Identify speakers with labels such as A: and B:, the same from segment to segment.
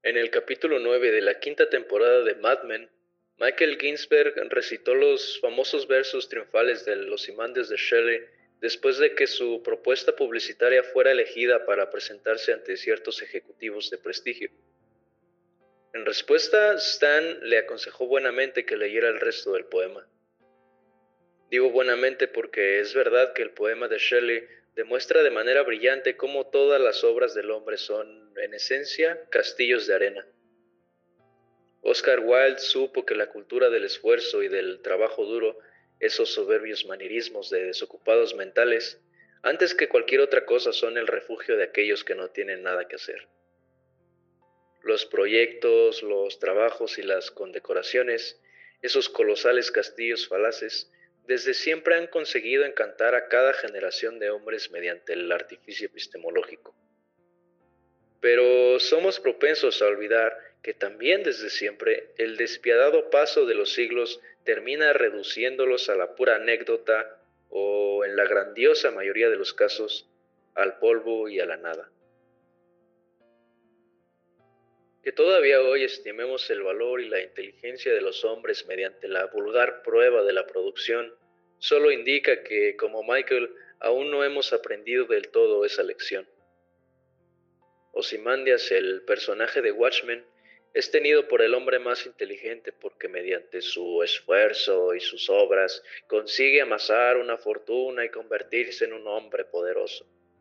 A: En el capítulo 9 de la quinta temporada de Mad Men, Michael Ginsberg recitó los famosos versos triunfales de Los Ozymandias de Shelley después de que su propuesta publicitaria fuera elegida para presentarse ante ciertos ejecutivos de prestigio. En respuesta, Stan le aconsejó buenamente que leyera el resto del poema. Digo buenamente porque es verdad que el poema de Shelley demuestra de manera brillante cómo todas las obras del hombre son, en esencia, castillos de arena. Oscar Wilde supo que la cultura del esfuerzo y del trabajo duro, esos soberbios manierismos de desocupados mentales, antes que cualquier otra cosa son el refugio de aquellos que no tienen nada que hacer. Los proyectos, los trabajos y las condecoraciones, esos colosales castillos falaces, desde siempre han conseguido encantar a cada generación de hombres mediante el artificio epistemológico. Pero somos propensos a olvidar que también desde siempre el despiadado paso de los siglos termina reduciéndolos a la pura anécdota o, en la grandiosa mayoría de los casos, al polvo y a la nada. Que todavía hoy estimemos el valor y la inteligencia de los hombres mediante la vulgar prueba de la producción solo indica que, como Michael, aún no hemos aprendido del todo esa lección. Ozymandias, el personaje de Watchmen, es tenido por el hombre más inteligente porque mediante su esfuerzo y sus obras consigue amasar una fortuna y convertirse en un hombre poderoso.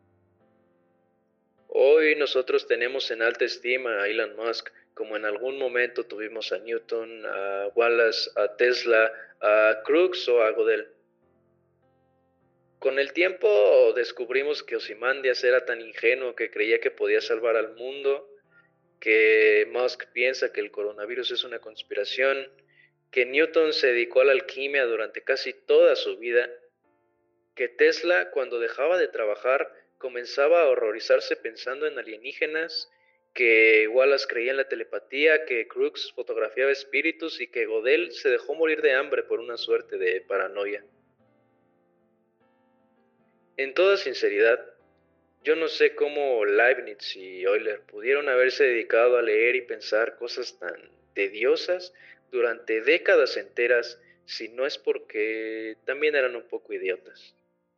A: Hoy nosotros tenemos en alta estima a Elon Musk, como en algún momento tuvimos a Newton, a Wallace, a Tesla, a Crookes o a Gödel. Con el tiempo descubrimos que Ozymandias era tan ingenuo que creía que podía salvar al mundo, que Musk piensa que el coronavirus es una conspiración, que Newton se dedicó a la alquimia durante casi toda su vida, que Tesla, cuando dejaba de trabajar, comenzaba a horrorizarse pensando en alienígenas, que Wallace creía en la telepatía, que Crookes fotografiaba espíritus y que Gödel se dejó morir de hambre por una suerte de paranoia. En toda sinceridad, yo no sé cómo Leibniz y Euler pudieron haberse dedicado a leer y pensar cosas tan tediosas durante décadas enteras si no es porque también eran un poco idiotas.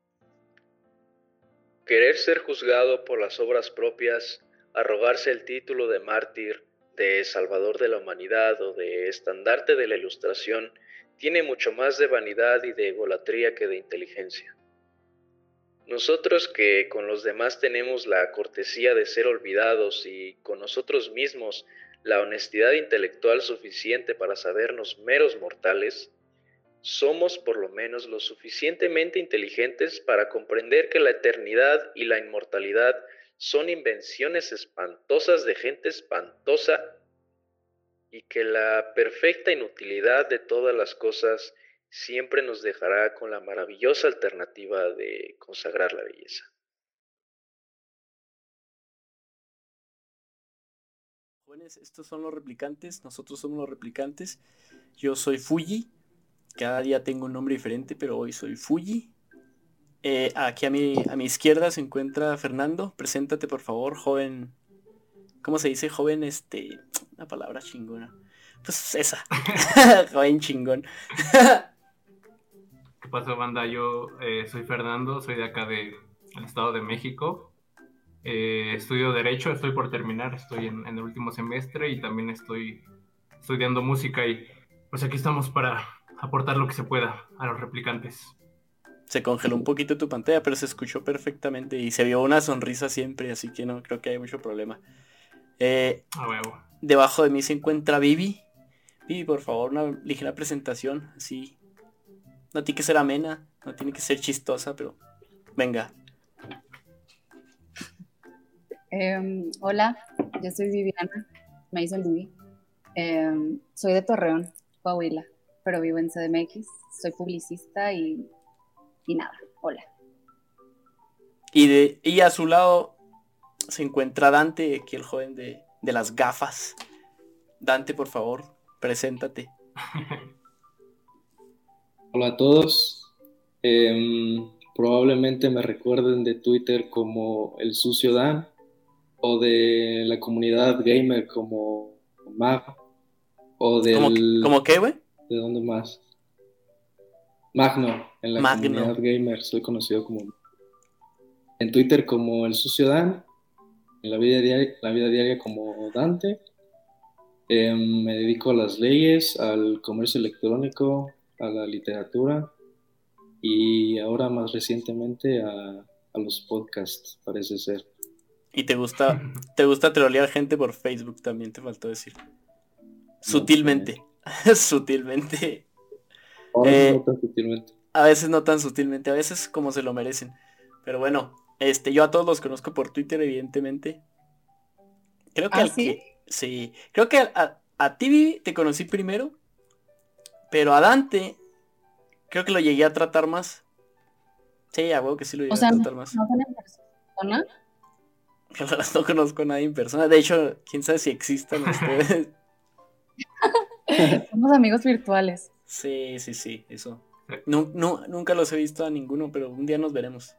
A: Querer ser juzgado por las obras propias, arrogarse el título de mártir, de salvador de la humanidad o de estandarte de la ilustración, tiene mucho más de vanidad y de egolatría que de inteligencia. Nosotros que con los demás tenemos la cortesía de ser olvidados y con nosotros mismos la honestidad intelectual suficiente para sabernos meros mortales, somos por lo menos lo suficientemente inteligentes para comprender que la eternidad y la inmortalidad son invenciones espantosas de gente espantosa y que la perfecta inutilidad de todas las cosas siempre nos dejará con la maravillosa alternativa de consagrar la belleza.
B: Jóvenes, estos son los replicantes, nosotros somos los replicantes. Yo soy Fuji, cada día tengo un nombre diferente, pero hoy soy Fuji. Aquí a mi izquierda se encuentra Fernando. Preséntate, por favor, joven. ¿Cómo se dice joven? Una palabra chingona. Pues esa. Joven chingón.
C: ¿Qué pasó, banda? Yo soy Fernando, soy de acá del Estado de México. Estudio Derecho, estoy por terminar, estoy en el último semestre y también estoy estudiando música y pues aquí estamos para aportar lo que se pueda a los replicantes.
B: Se congeló un poquito tu pantalla, pero se escuchó perfectamente y se vio una sonrisa siempre, así que no creo que haya mucho problema.
C: A huevo.
B: Debajo de mí se encuentra Vivi. Vivi, por favor, una ligera presentación, así. No tiene que ser amena, no tiene que ser chistosa, pero venga.
D: Hola, yo soy Viviana, me dicen Vivi. Soy de Torreón, Coahuila, pero vivo en CDMX, soy publicista y nada, hola.
B: Y a su lado se encuentra Dante, aquí el joven de las gafas. Dante, por favor, preséntate.
E: Hola a todos. Probablemente me recuerden de Twitter como el Sucio Dan o de la comunidad gamer como Mag o
B: ¿Cómo qué, güey?
E: ¿De dónde más? Magno, en la comunidad gamer soy conocido como en Twitter como el Sucio Dan, en la vida diaria como Dante. Me dedico a las leyes, al comercio electrónico, a la literatura y ahora más recientemente a los podcasts, parece ser.
B: Y te gusta trolear gente por Facebook también, te faltó decir. Sutilmente. Sutilmente.
E: No tan sutilmente.
B: A veces no tan sutilmente, a veces como se lo merecen. Pero bueno, yo a todos los conozco por Twitter, evidentemente. Creo que sí. Creo que a ti te conocí primero. Pero a Dante creo que lo llegué a tratar más. Sí, a huevo que sí lo llegué a tratar más.
D: ¿No son en persona?
B: No conozco a nadie en persona. De hecho, quién sabe si existan ustedes.
D: Somos amigos virtuales.
B: Sí, eso. Nunca los he visto a ninguno, pero un día nos veremos.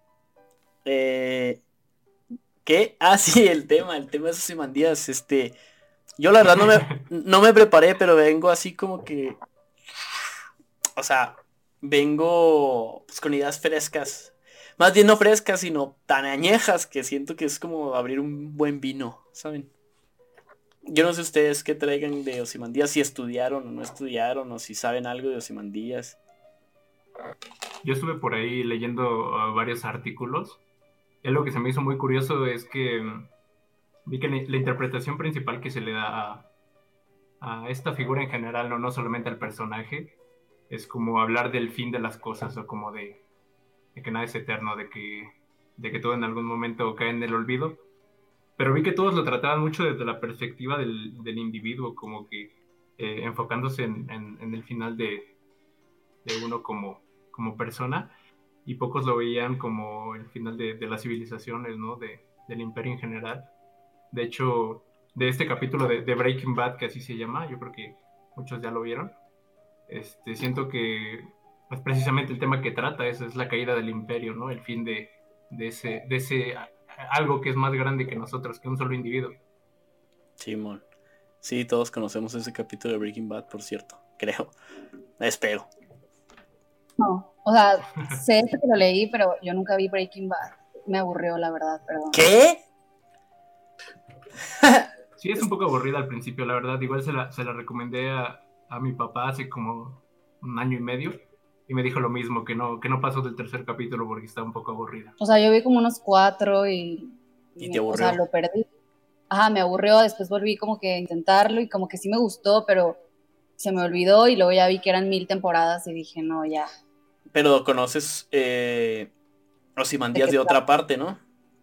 B: ¿Qué? Ah, sí, el tema de Ozymandias. Yo la verdad no me preparé, pero vengo así como que... O sea, vengo pues, con ideas frescas. Más bien no frescas, sino tan añejas que siento que es como abrir un buen vino, ¿saben? Yo no sé ustedes qué traigan de Ozymandias, si estudiaron o no estudiaron, o si saben algo de Ozymandias.
C: Yo estuve por ahí leyendo varios artículos. Y lo que se me hizo muy curioso es que vi que la interpretación principal que se le da a esta figura en general, no solamente al personaje, es como hablar del fin de las cosas, o como de que nada es eterno, de que todo en algún momento cae en el olvido. Pero vi que todos lo trataban mucho desde la perspectiva del individuo, como que enfocándose en el final de uno como persona, y pocos lo veían como el final de las civilizaciones, ¿no? Del imperio en general. De hecho, de este capítulo de Breaking Bad, que así se llama, yo creo que muchos ya lo vieron, siento que pues, precisamente el tema que trata es la caída del imperio, ¿no? El fin de ese algo que es más grande que nosotros, que un solo individuo.
B: Simón. Sí, todos conocemos ese capítulo de Breaking Bad, por cierto. Creo. Espero.
D: No, o sea, sé que lo leí, pero yo nunca vi Breaking Bad. Me aburrió, la verdad, perdón.
B: ¿Qué?
C: Sí, es un poco aburrida al principio, la verdad. Igual se la recomendé a mi papá hace como 1 año y medio. Y me dijo lo mismo, que no pasó del 3er capítulo porque estaba un poco aburrida.
D: O sea, yo vi como unos 4 y
B: te aburrió.
D: O sea, lo perdí. Ajá, me aburrió, después volví como que a intentarlo y como que sí me gustó, pero se me olvidó y luego ya vi que eran 1000 temporadas y dije, no, ya.
B: Pero conoces Ozymandias de otra parte, ¿no?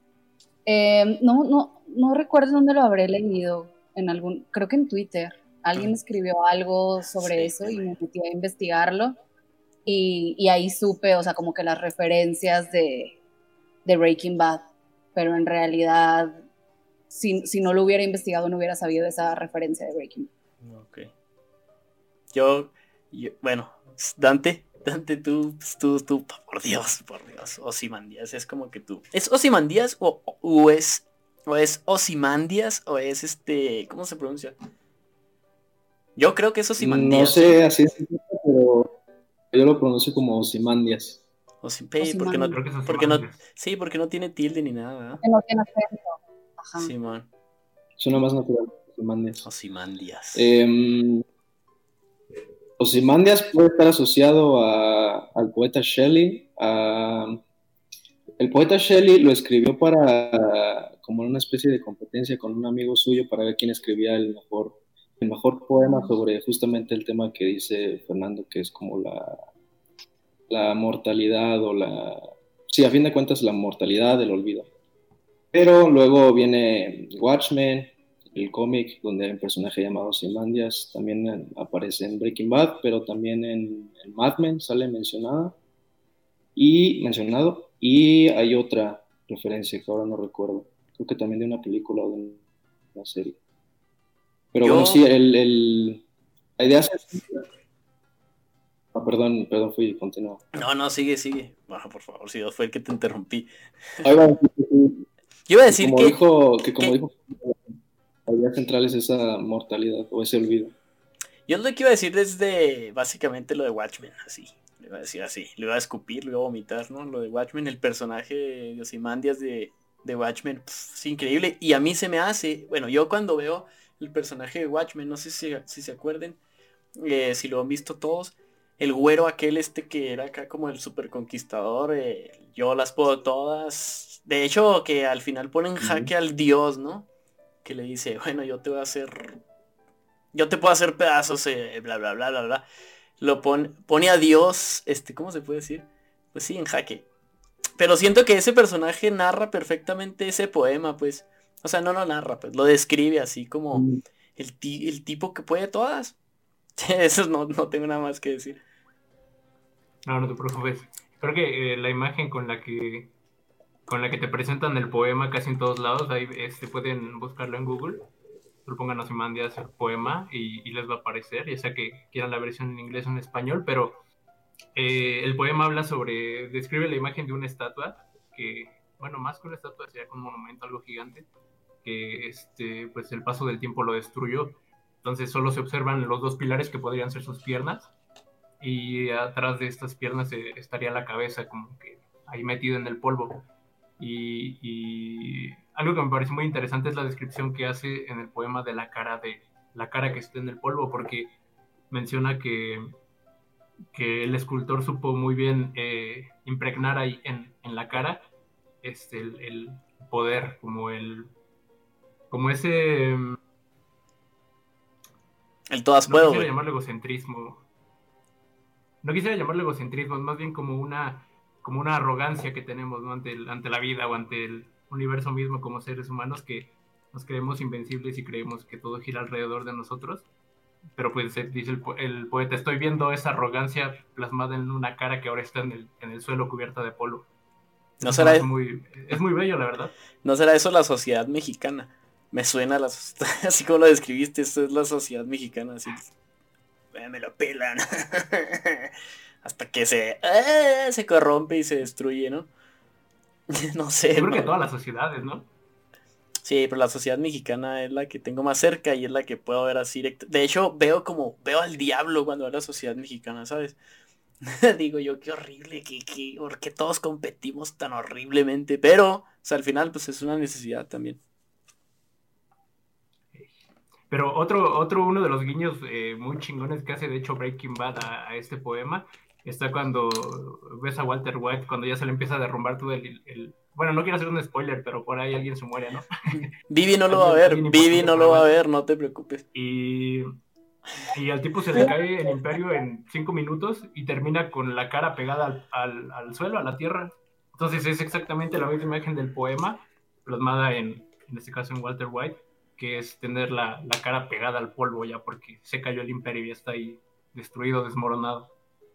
D: No recuerdo dónde lo habré leído, creo que en Twitter. Alguien escribió algo sobre eso y me metí a investigarlo. Y ahí supe, o sea, como que las referencias de Breaking Bad, pero en realidad, si no lo hubiera investigado, no hubiera sabido esa referencia de Breaking Bad.
B: Ok. Yo bueno, Dante, tú, por Dios, Ozymandias, es como que tú. ¿Es Ozymandias o es Ozymandias o es ¿cómo se pronuncia? Yo creo que es Ozymandias.
E: No sé, así es, pero yo lo pronuncio como Ozymandias.
B: Porque no tiene tilde ni nada, ¿verdad?
D: Que no tiene acento. Ajá.
B: Simón.
E: Suena más natural, Ozymandias.
B: Ozymandias.
E: Ozymandias puede estar asociado al poeta Shelley. El poeta Shelley lo escribió como una especie de competencia con un amigo suyo para ver quién escribía el mejor poema sobre justamente el tema que dice Fernando, que es como la mortalidad sí, a fin de cuentas la mortalidad, el olvido. Pero luego viene Watchmen, el cómic donde hay un personaje llamado Ozymandias, también aparece en Breaking Bad, pero también en Mad Men sale mencionado, y hay otra referencia que ahora no recuerdo, creo que también de una película o de una serie. Pero bueno, sí, la idea es... Perdón, continúa.
B: No, sigue. Bueno, por favor, si fue el que te interrumpí.
E: Yo
B: iba a decir
E: como dijo, la idea central es esa mortalidad o ese olvido.
B: Yo lo que iba a decir desde básicamente lo de Watchmen, así. Le iba a decir así, le iba a escupir, le iba a vomitar, ¿no? Lo de Watchmen, el personaje de Ozymandias de Watchmen, es increíble. Y a mí se me hace, bueno, yo cuando veo el personaje de Watchmen, no sé si se acuerden, si lo han visto todos, el güero aquel que era acá como el super conquistador, yo las puedo todas. De hecho, que al final pone en jaque al dios, ¿no? Que le dice, bueno, yo te puedo hacer pedazos, bla, bla, bla, bla, bla. Pone a Dios, ¿cómo se puede decir? Pues sí, en jaque. Pero siento que ese personaje narra perfectamente ese poema, pues. O sea, no lo narra, pues. Lo describe así como el tipo que puede todas. Eso no tengo nada más que decir.
C: No te preocupes. Creo que la imagen con la que te presentan el poema casi en todos lados, ahí pueden buscarlo en Google. Pongan Ozymandias el poema y les va a aparecer, ya sea que quieran la versión en inglés o en español, pero el poema describe la imagen de una estatua que, bueno, más que una estatua sería un monumento, algo gigante, que pues el paso del tiempo lo destruyó. Entonces solo se observan los dos pilares que podrían ser sus piernas, y atrás de estas piernas estaría la cabeza como que ahí metida en el polvo. Y algo que me parece muy interesante es la descripción que hace en el poema de la cara que está en el polvo, porque menciona que el escultor supo muy bien impregnar ahí en la cara el poder, como ese
B: el todas puedo,
C: quisiera llamarlo egocentrismo. No quisiera llamarlo egocentrismo, es más bien como una arrogancia que tenemos, ¿no? ante la vida o ante el universo mismo como seres humanos, que nos creemos invencibles y creemos que todo gira alrededor de nosotros. Pero pues dice el poeta, estoy viendo esa arrogancia plasmada en una cara que ahora está en el suelo cubierta de polvo.
B: ¿No será
C: es muy bello, la verdad.
B: ¿No será eso la sociedad mexicana? Me suena así como lo describiste, esto es la sociedad mexicana, así. Me lo pelan. Hasta que se corrompe y se destruye, ¿no? No sé.
C: Yo creo que todas las sociedades, ¿no?
B: Sí, pero la sociedad mexicana es la que tengo más cerca y es la que puedo ver así directo. De hecho, veo al diablo cuando veo la sociedad mexicana, ¿sabes? Digo yo, qué horrible, ¿por qué todos competimos tan horriblemente? Pero, o sea, al final, pues es una necesidad también.
C: Pero uno de los guiños muy chingones que hace, de hecho, Breaking Bad a este poema, está cuando ves a Walter White, cuando ya se le empieza a derrumbar todo bueno, no quiero hacer un spoiler, pero por ahí alguien se muere, ¿no?
B: Vivi no lo va a ver, Vivi no lo va a ver, no te preocupes.
C: Y al tipo se le cae el imperio en 5 minutos y termina con la cara pegada al suelo, a la tierra. Entonces es exactamente la misma imagen del poema, plasmada en este caso en Walter White, que es tener la cara pegada al polvo ya porque se cayó el imperio y ya está ahí destruido, desmoronado.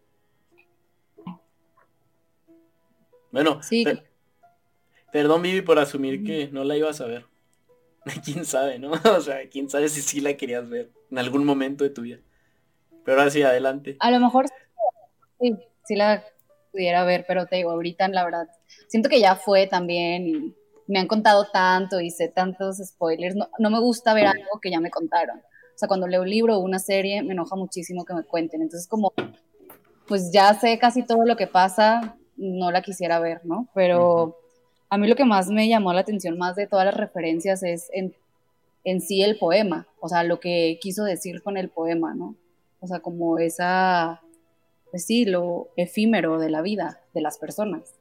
B: Bueno,
D: sí.
B: Perdón, Vivi, por asumir que no la ibas a ver. ¿Quién sabe, no? O sea, quién sabe si sí la querías ver en algún momento de tu vida. Pero ahora sí, adelante.
D: A lo mejor sí la pudiera ver, pero te digo, ahorita la verdad, siento que ya fue también y me han contado tanto y sé tantos spoilers. No me gusta ver algo que ya me contaron. O sea, cuando leo un libro o una serie, me enoja muchísimo que me cuenten. Entonces, como, pues ya sé casi todo lo que pasa, no la quisiera ver, ¿no? Pero a mí lo que más me llamó la atención, más de todas las referencias, es en sí el poema. O sea, lo que quiso decir con el poema, ¿no? O sea, como esa, pues sí, lo efímero de la vida de las personas.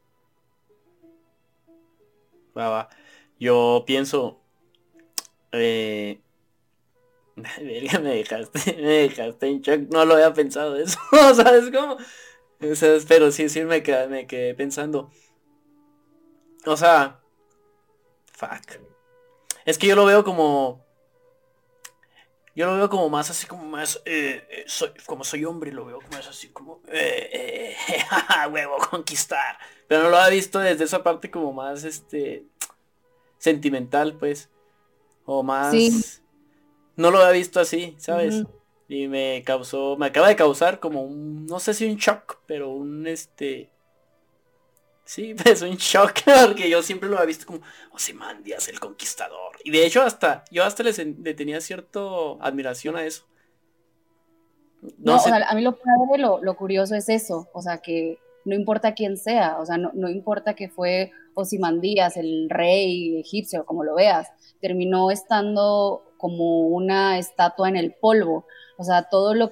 B: Va. Yo pienso, verga, me dejaste en shock, no lo había pensado eso, ¿sabes cómo? O sea, pero sí, me quedé pensando. O sea, fuck. Es que yo lo veo como más así, como más, como soy hombre, lo veo como más así, como, huevo, conquistar. Pero no lo había visto desde esa parte como más, sentimental, pues. O más...
D: Sí.
B: No lo había visto así, ¿sabes? Y me acaba de causar como un, no sé si un shock, pero un, Sí, pues un shock, porque yo siempre lo había visto como Ozymandias, el conquistador. Y de hecho yo hasta le tenía cierta admiración a eso.
D: No,
B: No
D: o
B: sé.
D: sea, a mí lo padre, lo curioso es eso, o sea, que no importa quién sea, o sea, no importa que fue Ozymandias, el rey egipcio, como lo veas, terminó estando como una estatua en el polvo, o sea,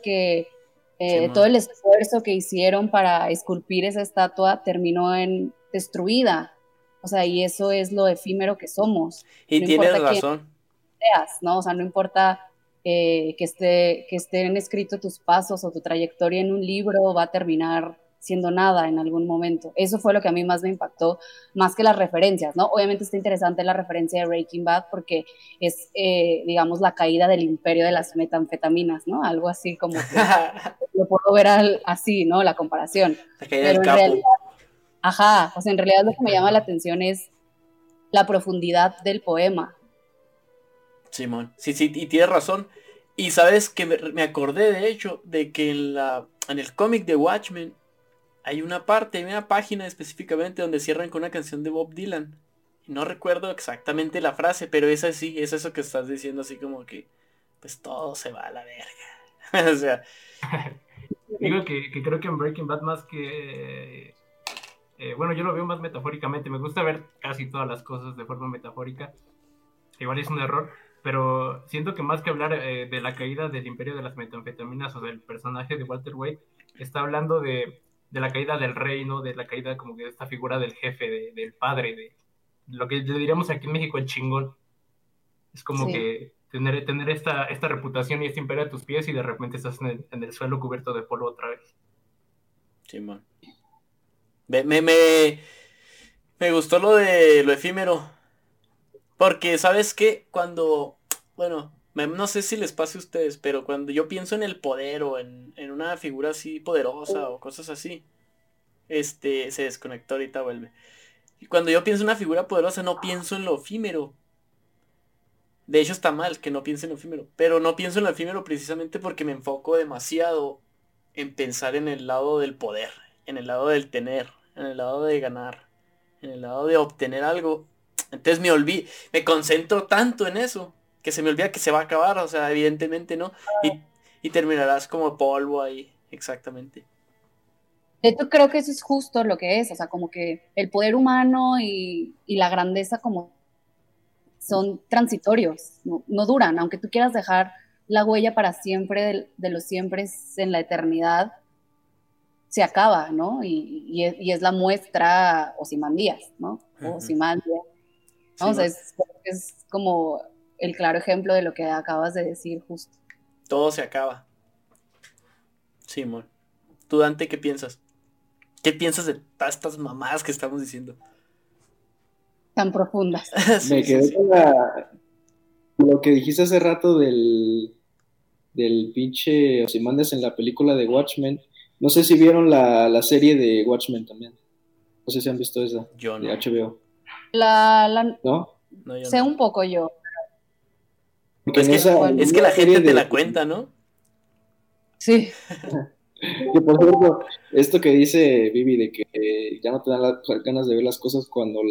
D: todo
B: Simón.
D: el esfuerzo que hicieron para esculpir esa estatua terminó en destruida, o sea, y eso es lo efímero que somos,
B: Y
D: no
B: tienes
D: importa quién
B: razón.
D: seas, ¿no? O sea, no importa que estén escritos tus pasos o tu trayectoria en un libro, va a terminar siendo nada en algún momento. Eso fue lo que a mí más me impactó, más que las referencias, ¿no? Obviamente está interesante la referencia de Breaking Bad porque es, digamos, la caída del imperio de las metanfetaminas, ¿no? Algo así como que lo puedo ver así, ¿no? La comparación.
B: La caída del
D: Pero en realidad,
B: capo.
D: ajá, o sea, en realidad lo que me llama la atención es la profundidad del poema.
B: Simón. Sí, sí, y tienes razón. Y sabes que me acordé de hecho de que en el cómic de Watchmen hay una página específicamente donde cierran con una canción de Bob Dylan. Y no recuerdo exactamente la frase, pero es así, es eso que estás diciendo así como que pues todo se va a la verga. O sea,
C: Digo que creo que en Breaking Bad más que... bueno, yo lo veo más metafóricamente. Me gusta ver casi todas las cosas de forma metafórica. Igual es un error, pero siento que más que hablar de la caída del imperio de las metanfetaminas o del personaje de Walter White, está hablando de la caída del reino, de la caída como que de esta figura del jefe, del padre, de lo que le diríamos aquí en México el chingón. Es como
D: Sí.
C: que tener esta reputación y este imperio a tus pies y de repente estás en el suelo cubierto de polvo otra vez.
B: Simón. Me, me, me, me gustó lo de lo efímero. Porque, ¿sabes qué? Bueno, no sé si les pase a ustedes, pero cuando yo pienso en el poder o en una figura así poderosa o cosas así, se desconectó ahorita, vuelve. Y cuando yo pienso en una figura poderosa, no pienso en lo efímero. De hecho, está mal que no piense en lo efímero. Pero no pienso en lo efímero precisamente porque me enfoco demasiado en pensar en el lado del poder, en el lado del tener, en el lado de ganar, en el lado de obtener algo. Entonces me concentro tanto en eso que se me olvida que se va a acabar, o sea, evidentemente no. Y terminarás como polvo ahí, exactamente.
D: De hecho, creo que eso es justo lo que es, o sea, como que el poder humano y la grandeza como son transitorios, no duran, aunque tú quieras dejar la huella para siempre de los siempre en la eternidad, se acaba, ¿no? Y es la muestra Ozymandias, ¿no? O
B: Ujú.
D: Ozymandias, ¿no?
B: Sí,
D: O sea, es como el claro ejemplo de lo que acabas de decir justo.
B: todo se acaba. Sí, amor. ¿Tú, Dante, qué piensas? ¿Qué piensas de todas estas mamadas que estamos diciendo?
D: Tan profundas.
B: Sí,
E: Me
B: sí,
E: quedé
B: sí.
E: con lo que dijiste hace rato del pinche Ozymandias en la película de Watchmen. No sé si vieron la serie de Watchmen también. No sé si han visto esa,
B: Yo
E: de
B: no.
E: HBO,
D: La
E: ¿no?
B: No, yo
D: sé
B: no.
D: un poco yo,
E: Porque
B: Pues
E: en
B: es que
E: una
B: la gente
E: serie
B: te
E: de...
B: la cuenta, ¿no?
D: sí.
E: Que por cierto, esto que dice Vivi de que ya no te dan las ganas de ver las cosas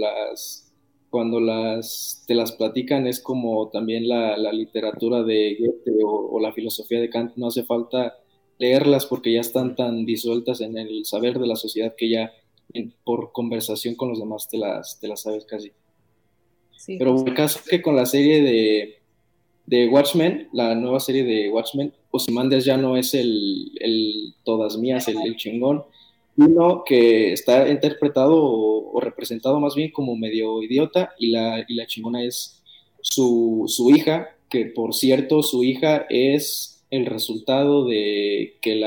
E: cuando te las platican, es como también la literatura de Goethe o la filosofía de Kant. No hace falta leerlas porque ya están tan disueltas en el saber de la sociedad que ya por conversación con los demás te las sabes casi.
D: Sí,
E: Pero
D: justo.
E: el caso es que con la serie de Watchmen, la nueva serie de Watchmen, Ozymandias ya no es el todas mías, el chingón, uno que está interpretado o representado más bien como medio idiota y la chingona es su hija, que por cierto su hija es el resultado de que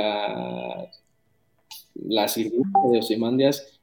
E: la sirvienta de Ozymandias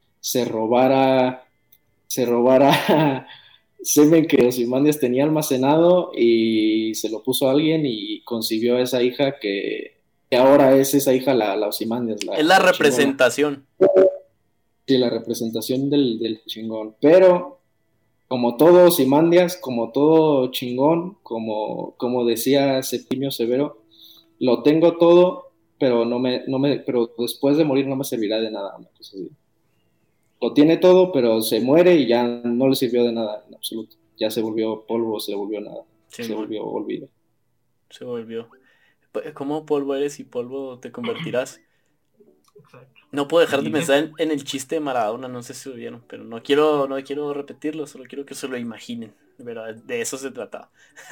E: se robara semen que Ozymandias tenía almacenado y se lo puso a alguien y concibió a esa hija que ahora es esa hija la Ozymandias,
B: Es la
E: la chingona.
B: representación.
E: Sí, la representación del chingón. Pero como todo Ozymandias, como todo chingón, como decía Septimio Severo, lo tengo todo, pero pero después de morir no me servirá de nada. Una cosa así. lo tiene todo, pero se muere y ya no le sirvió de nada en absoluto. Ya se volvió polvo, se le volvió nada,
B: Sí,
E: se volvió olvido.
B: Se volvió. ¿Cómo polvo eres y polvo te convertirás?
C: Exacto.
B: No puedo dejar de
C: Y
B: pensar en el chiste de Maradona, no sé si lo vieron, pero no quiero repetirlo, solo quiero que se lo imaginen. Pero de eso se trataba.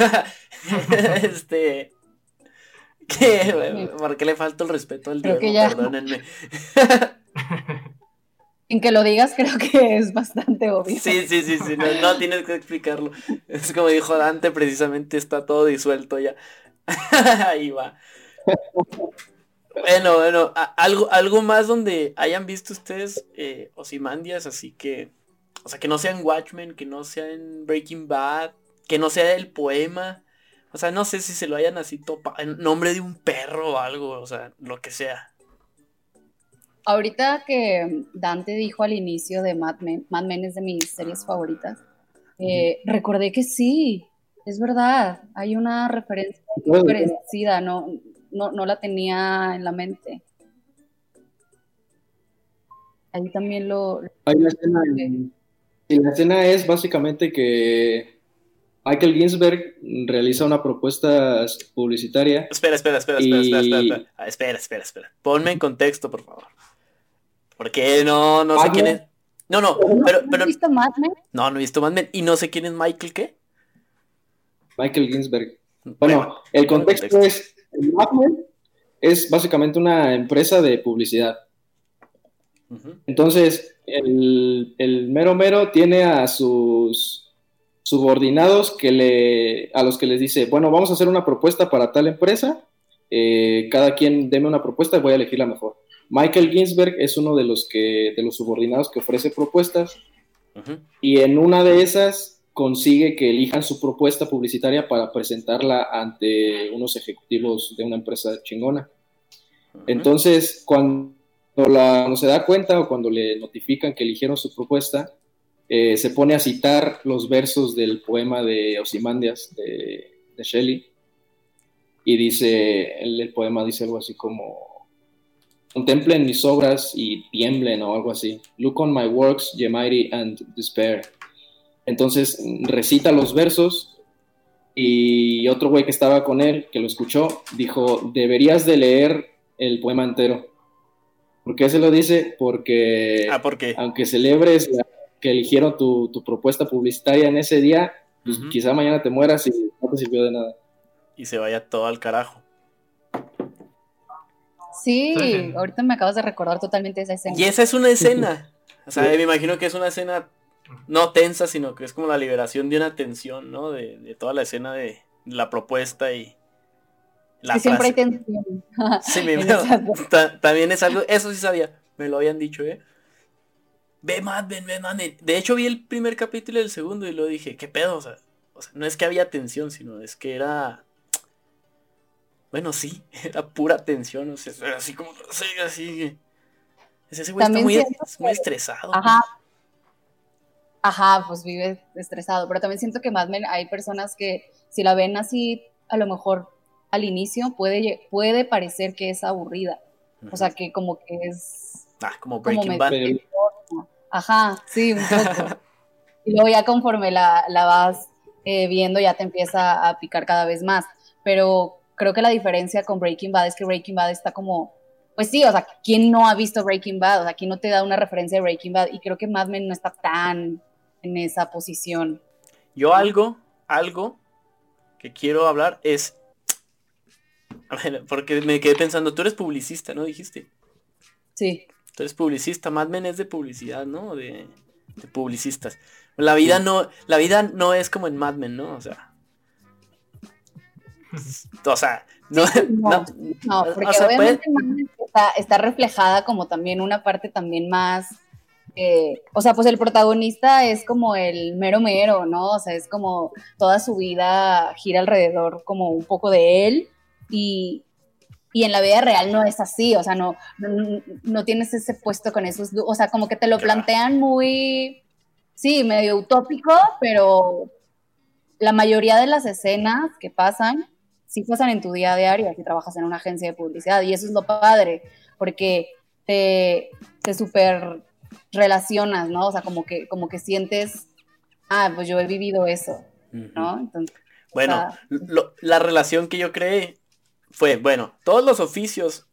B: ¿Por qué le falta el respeto al
D: Creo
B: Diego?
D: que ya,
B: Perdónenme.
D: en que lo digas, creo que es bastante obvio.
B: Sí, no tienes que explicarlo. Es como dijo Dante, precisamente está todo disuelto ya. Ahí va. Bueno, algo más donde hayan visto ustedes Ozymandias, así que, o sea, que no sean Watchmen, que no sean Breaking Bad, que no sea el poema, o sea, no sé si se lo hayan así topado, en nombre de un perro o algo, o sea, lo que sea.
D: Ahorita que Dante dijo al inicio de Mad Men es de mis series favoritas, recordé que sí, es verdad, hay una referencia muy parecida, no la tenía en la mente. Ahí también
E: Hay una escena y la escena es básicamente que Michael Ginsberg realiza una propuesta publicitaria
B: Espera.
E: y
B: Espera. Ponme en contexto, por favor. Porque no sé quién es. No, pero
D: ¿Has visto Mad Men?
B: no he visto Mad Men y no sé quién es Michael, ¿qué?
E: Michael Ginsberg. Bueno, el contexto es, Mad Men es básicamente una empresa de publicidad.
B: Uh-huh.
E: Entonces, el mero tiene a sus subordinados a los que les dice, bueno, vamos a hacer una propuesta para tal empresa, cada quien deme una propuesta y voy a elegir la mejor. Michael Ginsberg es uno de los subordinados que ofrece propuestas, uh-huh, y en una de esas consigue que elijan su propuesta publicitaria para presentarla ante unos ejecutivos de una empresa chingona. Uh-huh. Entonces, cuando se da cuenta o cuando le notifican que eligieron su propuesta, se pone a citar los versos del poema de Ozymandias de Shelley, y dice, el poema dice algo así como: contemplen mis obras y tiemblen, o algo así. Look on my works, ye mighty, and despair. Entonces recita los versos, y otro güey que estaba con él, que lo escuchó, dijo: deberías de leer el poema entero. ¿Por qué se lo dice? Porque
B: ¿por qué?
E: Aunque celebres que eligieron tu propuesta publicitaria en ese día, pues uh-huh, quizá mañana te mueras y no te sirvió de nada.
B: Y se vaya todo al carajo.
D: Sí, ahorita me acabas de recordar totalmente esa escena.
B: Y esa es una escena. O sea, me imagino que es una escena no tensa, sino que es como la liberación de una tensión, ¿no? De toda la escena de la propuesta y
D: la siempre hay tensión.
B: Sí, también es algo, eso sí sabía, me lo habían dicho, Ve Mad Men. De hecho vi el primer capítulo y el segundo y lo dije, ¿qué pedo? O sea, no es que había tensión, sino es que era... Bueno, sí, era pura tensión, o sea, así como... Así... Ese güey está muy estresado.
D: Ajá, pues vive estresado, pero también siento que Mad Men hay personas que si la ven así, a lo mejor al inicio puede parecer que es aburrida, uh-huh, o sea, que como que es...
B: como Breaking Bad.
D: Ajá, sí, un poco. Y luego ya conforme la vas viendo ya te empieza a picar cada vez más, pero creo que la diferencia con Breaking Bad es que Breaking Bad está como, pues sí, o sea, ¿quién no ha visto Breaking Bad? O sea, ¿quién no te da una referencia de Breaking Bad? Y creo que Mad Men no está tan en esa posición.
B: Yo algo que quiero hablar es, a ver, porque me quedé pensando, tú eres publicista, ¿no? Dijiste.
D: Sí.
B: Tú eres publicista, Mad Men es de publicidad, ¿no? De publicistas. La vida no es como en Mad Men, ¿no? O sea,
D: no, porque o sea, obviamente está reflejada como también una parte también más, o sea, pues el protagonista es como el mero, ¿no? O sea, es como toda su vida gira alrededor como un poco de él, y en la vida real no es así, o sea, no tienes ese puesto con esos, o sea, como que te lo plantean muy, sí, medio utópico, pero la mayoría de las escenas que pasan, sí pasan en tu día a diario, si trabajas en una agencia de publicidad, y eso es lo padre, porque te súper relacionas, ¿no? O sea, como que sientes, pues yo he vivido eso, ¿no? Entonces,
B: bueno, la relación que yo creé fue, bueno, todos los oficios,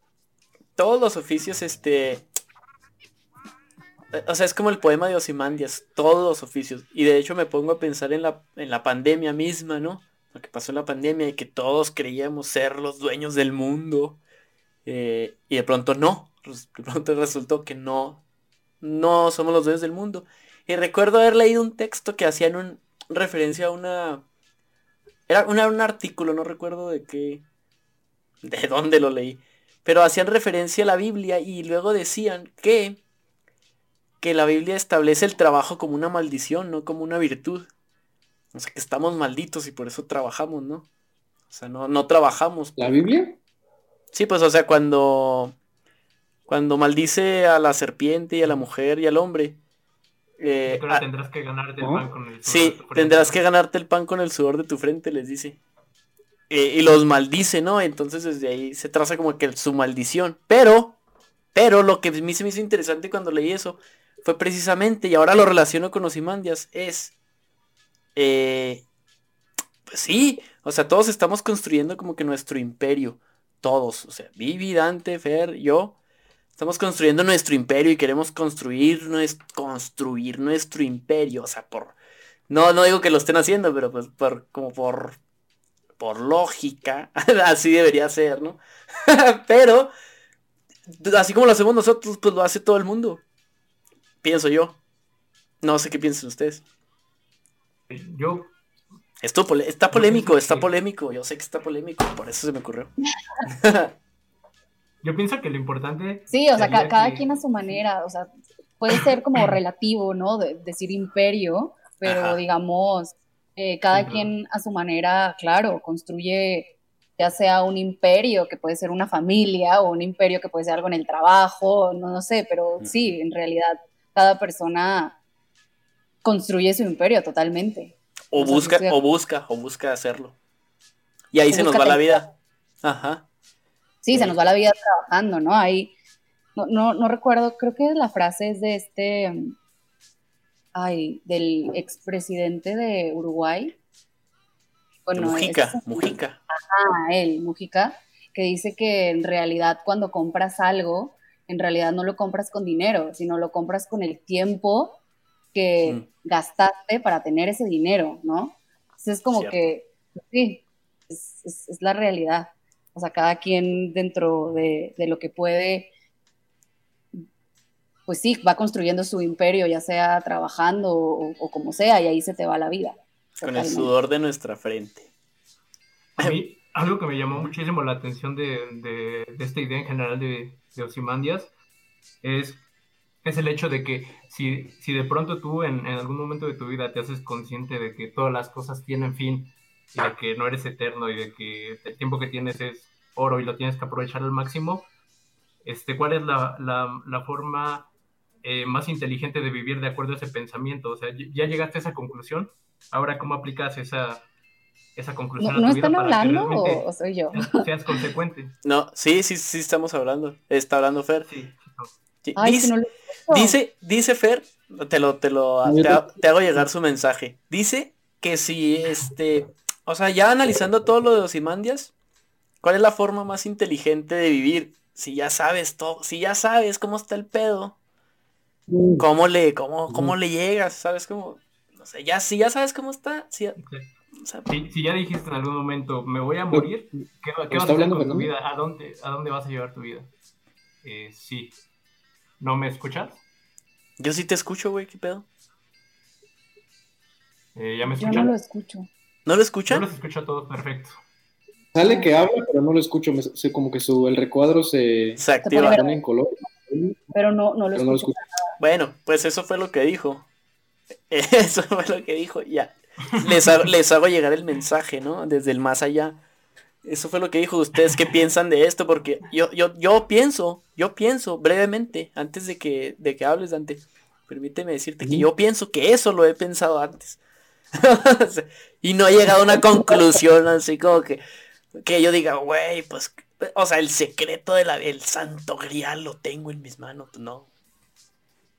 B: o sea, es como el poema de Ozymandias, todos los oficios. Y de hecho me pongo a pensar en la pandemia misma, ¿no? Lo que pasó en la pandemia y que todos creíamos ser los dueños del mundo. Y de pronto no. De pronto resultó que no somos los dueños del mundo. Y recuerdo haber leído un texto que hacían referencia a era un artículo, no recuerdo de dónde lo leí. Pero hacían referencia a la Biblia y luego decían que la Biblia establece el trabajo como una maldición, no como una virtud. O sea, que estamos malditos y por eso trabajamos, ¿no? O sea, no trabajamos.
E: ¿La Biblia?
B: Sí, pues, o sea, cuando maldice a la serpiente y a la mujer y al hombre.
C: Tendrás que ganarte el pan con el sudor de tu frente.
B: Tendrás que ganarte el pan con el sudor de tu frente, les dice. Y los maldice, ¿no? Entonces desde ahí se traza como que su maldición. Pero lo que a mí se me hizo interesante cuando leí eso fue precisamente, y ahora lo relaciono con Ozymandias, es... pues sí, o sea, todos estamos construyendo como que nuestro imperio. Todos, o sea, Vivi, Dante, Fer, yo... Estamos construyendo nuestro imperio y queremos construir nuestro imperio. O sea, no digo que lo estén haciendo, pero pues por lógica, así debería ser, ¿no? Pero, así como lo hacemos nosotros, pues lo hace todo el mundo. Pienso yo. No sé qué piensan ustedes.
C: Yo...
B: Está polémico. Yo sé que está polémico, por eso se me ocurrió.
C: Yo pienso que lo importante...
D: Sí, o sea, cada quien a su manera, o sea, puede ser como relativo, ¿no? Decir imperio, pero digamos, cada quien a su manera, claro, construye ya sea un imperio que puede ser una familia o un imperio que puede ser algo en el trabajo, no sé, pero sí, en realidad cada persona construye su imperio totalmente.
B: O busca hacerlo. Y ahí se nos va la vida. Ajá.
D: Sí, se nos va la vida trabajando, ¿no? Ahí, no recuerdo, creo que la frase es de del expresidente de Uruguay. Bueno,
B: Mujica.
D: Ajá, Mujica, que dice que en realidad cuando compras algo, en realidad no lo compras con dinero, sino lo compras con el tiempo que gastaste para tener ese dinero, ¿no? Entonces es como
B: Cierto.
D: que, sí, es la realidad. O sea, cada quien dentro de lo que puede, pues sí, va construyendo su imperio, ya sea trabajando o como sea, y ahí se te va la vida.
B: Con el sudor de nuestra frente.
C: A mí, algo que me llamó muchísimo la atención de esta idea en general de Ozymandias es el hecho de que si de pronto tú en algún momento de tu vida te haces consciente de que todas las cosas tienen fin, y de que no eres eterno y de que el tiempo que tienes es oro y lo tienes que aprovechar al máximo, ¿cuál es la forma más inteligente de vivir de acuerdo a ese pensamiento? O sea, ya llegaste a esa conclusión, ahora ¿cómo aplicas esa conclusión a tu vida
D: están
C: para
D: hablando
C: que realmente
D: o soy yo?
C: seas consecuente?
B: No, sí estamos hablando. Está hablando Fer.
C: Sí.
D: Ay,
B: Dice,
D: si no lo
B: dice Fer, te hago llegar su mensaje. Dice que si o sea, ya analizando todo lo de Ozymandias, ¿cuál es la forma más inteligente de vivir? Si ya sabes todo, si ya sabes cómo está el pedo, ¿cómo le llegas? ¿Sabes cómo? No sé, si ya sabes cómo está,
C: si ya dijiste en algún momento, me voy a morir, ¿qué vas a hacer con tu vida? ¿A dónde vas a llevar tu vida? Sí. ¿No me escuchas?
B: Yo sí te escucho, güey, ¿qué pedo?
C: ¿Ya me escuchan?
D: Yo no lo escucho.
B: ¿No lo escuchan?
C: Yo los escucho a todos perfecto.
E: Sale que habla, pero no lo escucho. Como que el recuadro se
B: activa.
E: Pone en color.
D: Pero no lo escucho.
B: Bueno, pues eso fue lo que dijo. Ya. Les hago llegar el mensaje, ¿no? Desde el más allá. Eso fue lo que dijo. ¿Ustedes qué piensan de esto? Porque yo pienso brevemente, antes de que hables, Dante, permíteme decirte que yo pienso que eso lo he pensado antes. Y no he llegado a una conclusión así como que yo diga, güey, pues, o sea, el secreto el santo grial lo tengo en mis manos, no.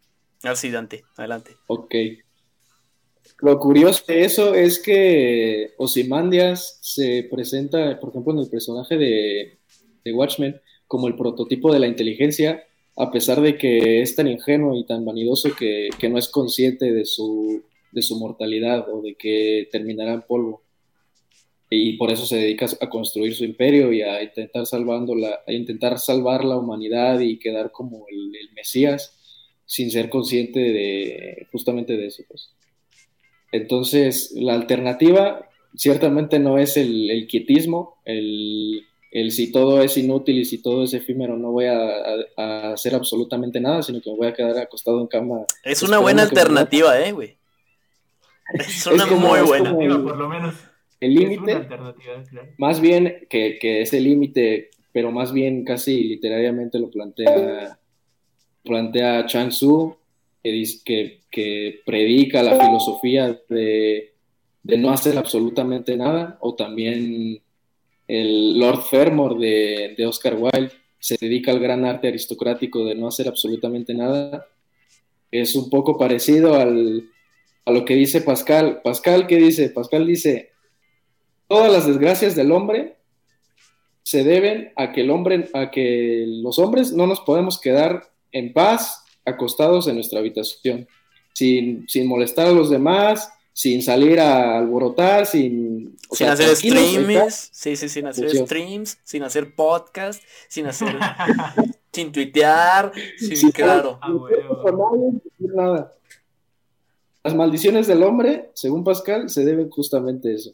B: Así, Dante, adelante.
E: Ok. Lo curioso de eso es que Ozymandias se presenta, por ejemplo, en el personaje de Watchmen como el prototipo de la inteligencia, a pesar de que es tan ingenuo y tan vanidoso que no es consciente de su mortalidad o de que terminará en polvo. Y por eso se dedica a construir su imperio y a intentar salvar la humanidad y quedar como el Mesías sin ser consciente de justamente de eso, pues. Entonces, la alternativa ciertamente no es el quietismo, el si todo es inútil y si todo es efímero, no voy a hacer absolutamente nada, sino que me voy a quedar acostado en cama.
B: Es una buena alternativa, güey. Es una muy buena.
C: Por lo menos.
E: El límite,
C: es una alternativa, claro.
E: Más bien que ese límite, pero más bien casi literariamente lo plantea Chan Tzu, que predica la filosofía de no hacer absolutamente nada, o también el Lord Fermor de Oscar Wilde se dedica al gran arte aristocrático de no hacer absolutamente nada. Es un poco parecido a lo que dice Pascal. Pascal, ¿qué dice? Pascal dice, todas las desgracias del hombre se deben a que los hombres no nos podemos quedar en paz acostados en nuestra habitación, sin molestar a los demás, sin salir a alborotar, sin
B: hacer streams, sin hacer streams, sin hacer podcast, sin tuitear, claro.
E: Nada. Las maldiciones del hombre, según Pascal, se deben justamente a eso.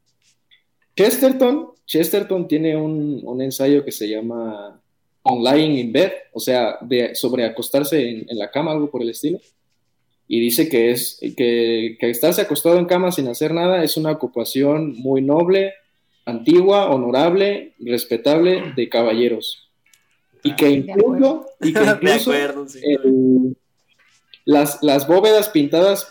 E: Chesterton tiene un ensayo que se llama On Lying in Bed, o sea, sobre acostarse en la cama, algo por el estilo. Y dice que estarse acostado en cama sin hacer nada es una ocupación muy noble, antigua, honorable, respetable de caballeros. Y que incluso las bóvedas pintadas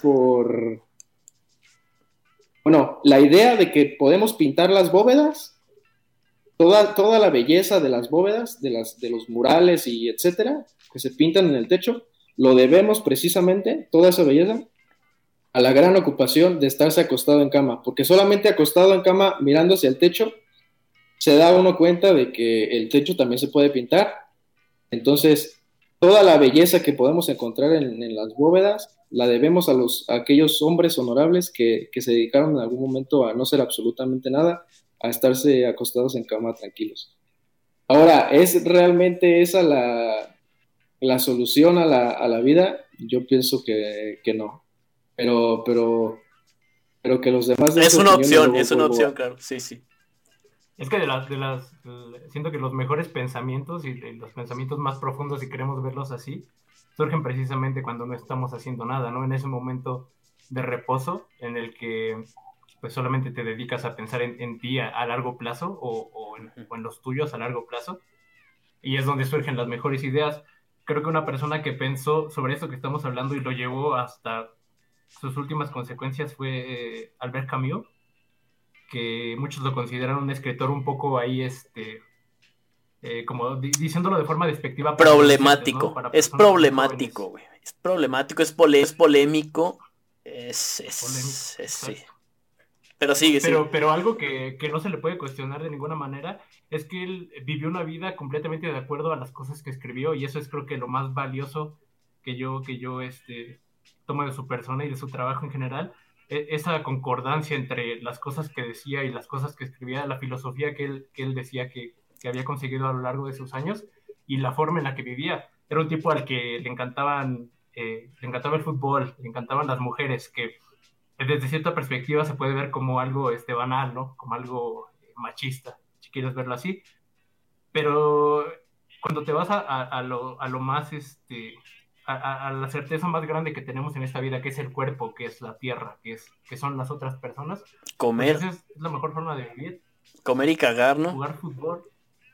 E: la idea de que podemos pintar las bóvedas, toda la belleza de las bóvedas, de los murales y etcétera, que se pintan en el techo, lo debemos precisamente, toda esa belleza, a la gran ocupación de estarse acostado en cama, porque solamente acostado en cama mirando hacia el techo se da uno cuenta de que el techo también se puede pintar. Entonces, toda la belleza que podemos encontrar en las bóvedas la debemos a aquellos hombres honorables que se dedicaron en algún momento a no ser absolutamente nada, a estarse acostados en cama tranquilos. Ahora, ¿es realmente esa la solución a la vida? Yo pienso que no. Pero que los demás...
B: Es una opción, claro, sí.
C: Es que siento que los mejores pensamientos y los pensamientos más profundos, si queremos verlos así, surgen precisamente cuando no estamos haciendo nada, ¿no? En ese momento de reposo en el que pues solamente te dedicas a pensar en ti a largo plazo o en los tuyos a largo plazo, y es donde surgen las mejores ideas. Creo que una persona que pensó sobre esto que estamos hablando y lo llevó hasta sus últimas consecuencias fue Albert Camus, que muchos lo consideran un escritor un poco ahí, como diciéndolo de forma despectiva.
B: Problemático, ¿no? Es problemático, güey. Es problemático, es polémico. Sí. Pero sigue.
C: Pero algo que no se le puede cuestionar de ninguna manera es que él vivió una vida completamente de acuerdo a las cosas que escribió, y eso es, creo que, lo más valioso que yo tomo de su persona y de su trabajo en general. Esa concordancia entre las cosas que decía y las cosas que escribía, la filosofía que él decía que había conseguido a lo largo de sus años y la forma en la que vivía. Era un tipo al que le encantaba el fútbol, le encantaban las mujeres, que desde cierta perspectiva se puede ver como algo banal, ¿no? Como algo machista, si quieres verlo así. Pero cuando te vas a lo más, a la certeza más grande que tenemos en esta vida, que es el cuerpo, que es la tierra, que son las otras personas,
B: comer.
C: Pues esa es la mejor forma de vivir.
B: Comer y cagar, ¿no?
C: Jugar fútbol.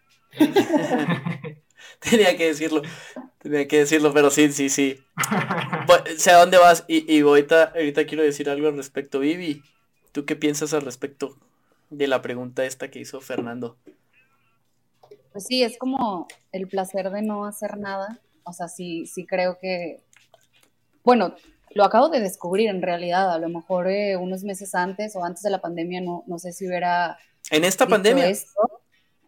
B: Tenía que decirlo, pero sí. Pues, sé a dónde vas y ahorita quiero decir algo al respecto. Vivi, ¿tú qué piensas al respecto de la pregunta esta que hizo Fernando?
D: Pues sí, es como el placer de no hacer nada. O sea, sí creo que bueno, lo acabo de descubrir en realidad, a lo mejor unos meses antes o antes de la pandemia, no sé si hubiera
B: En esta
D: dicho
B: pandemia
D: esto.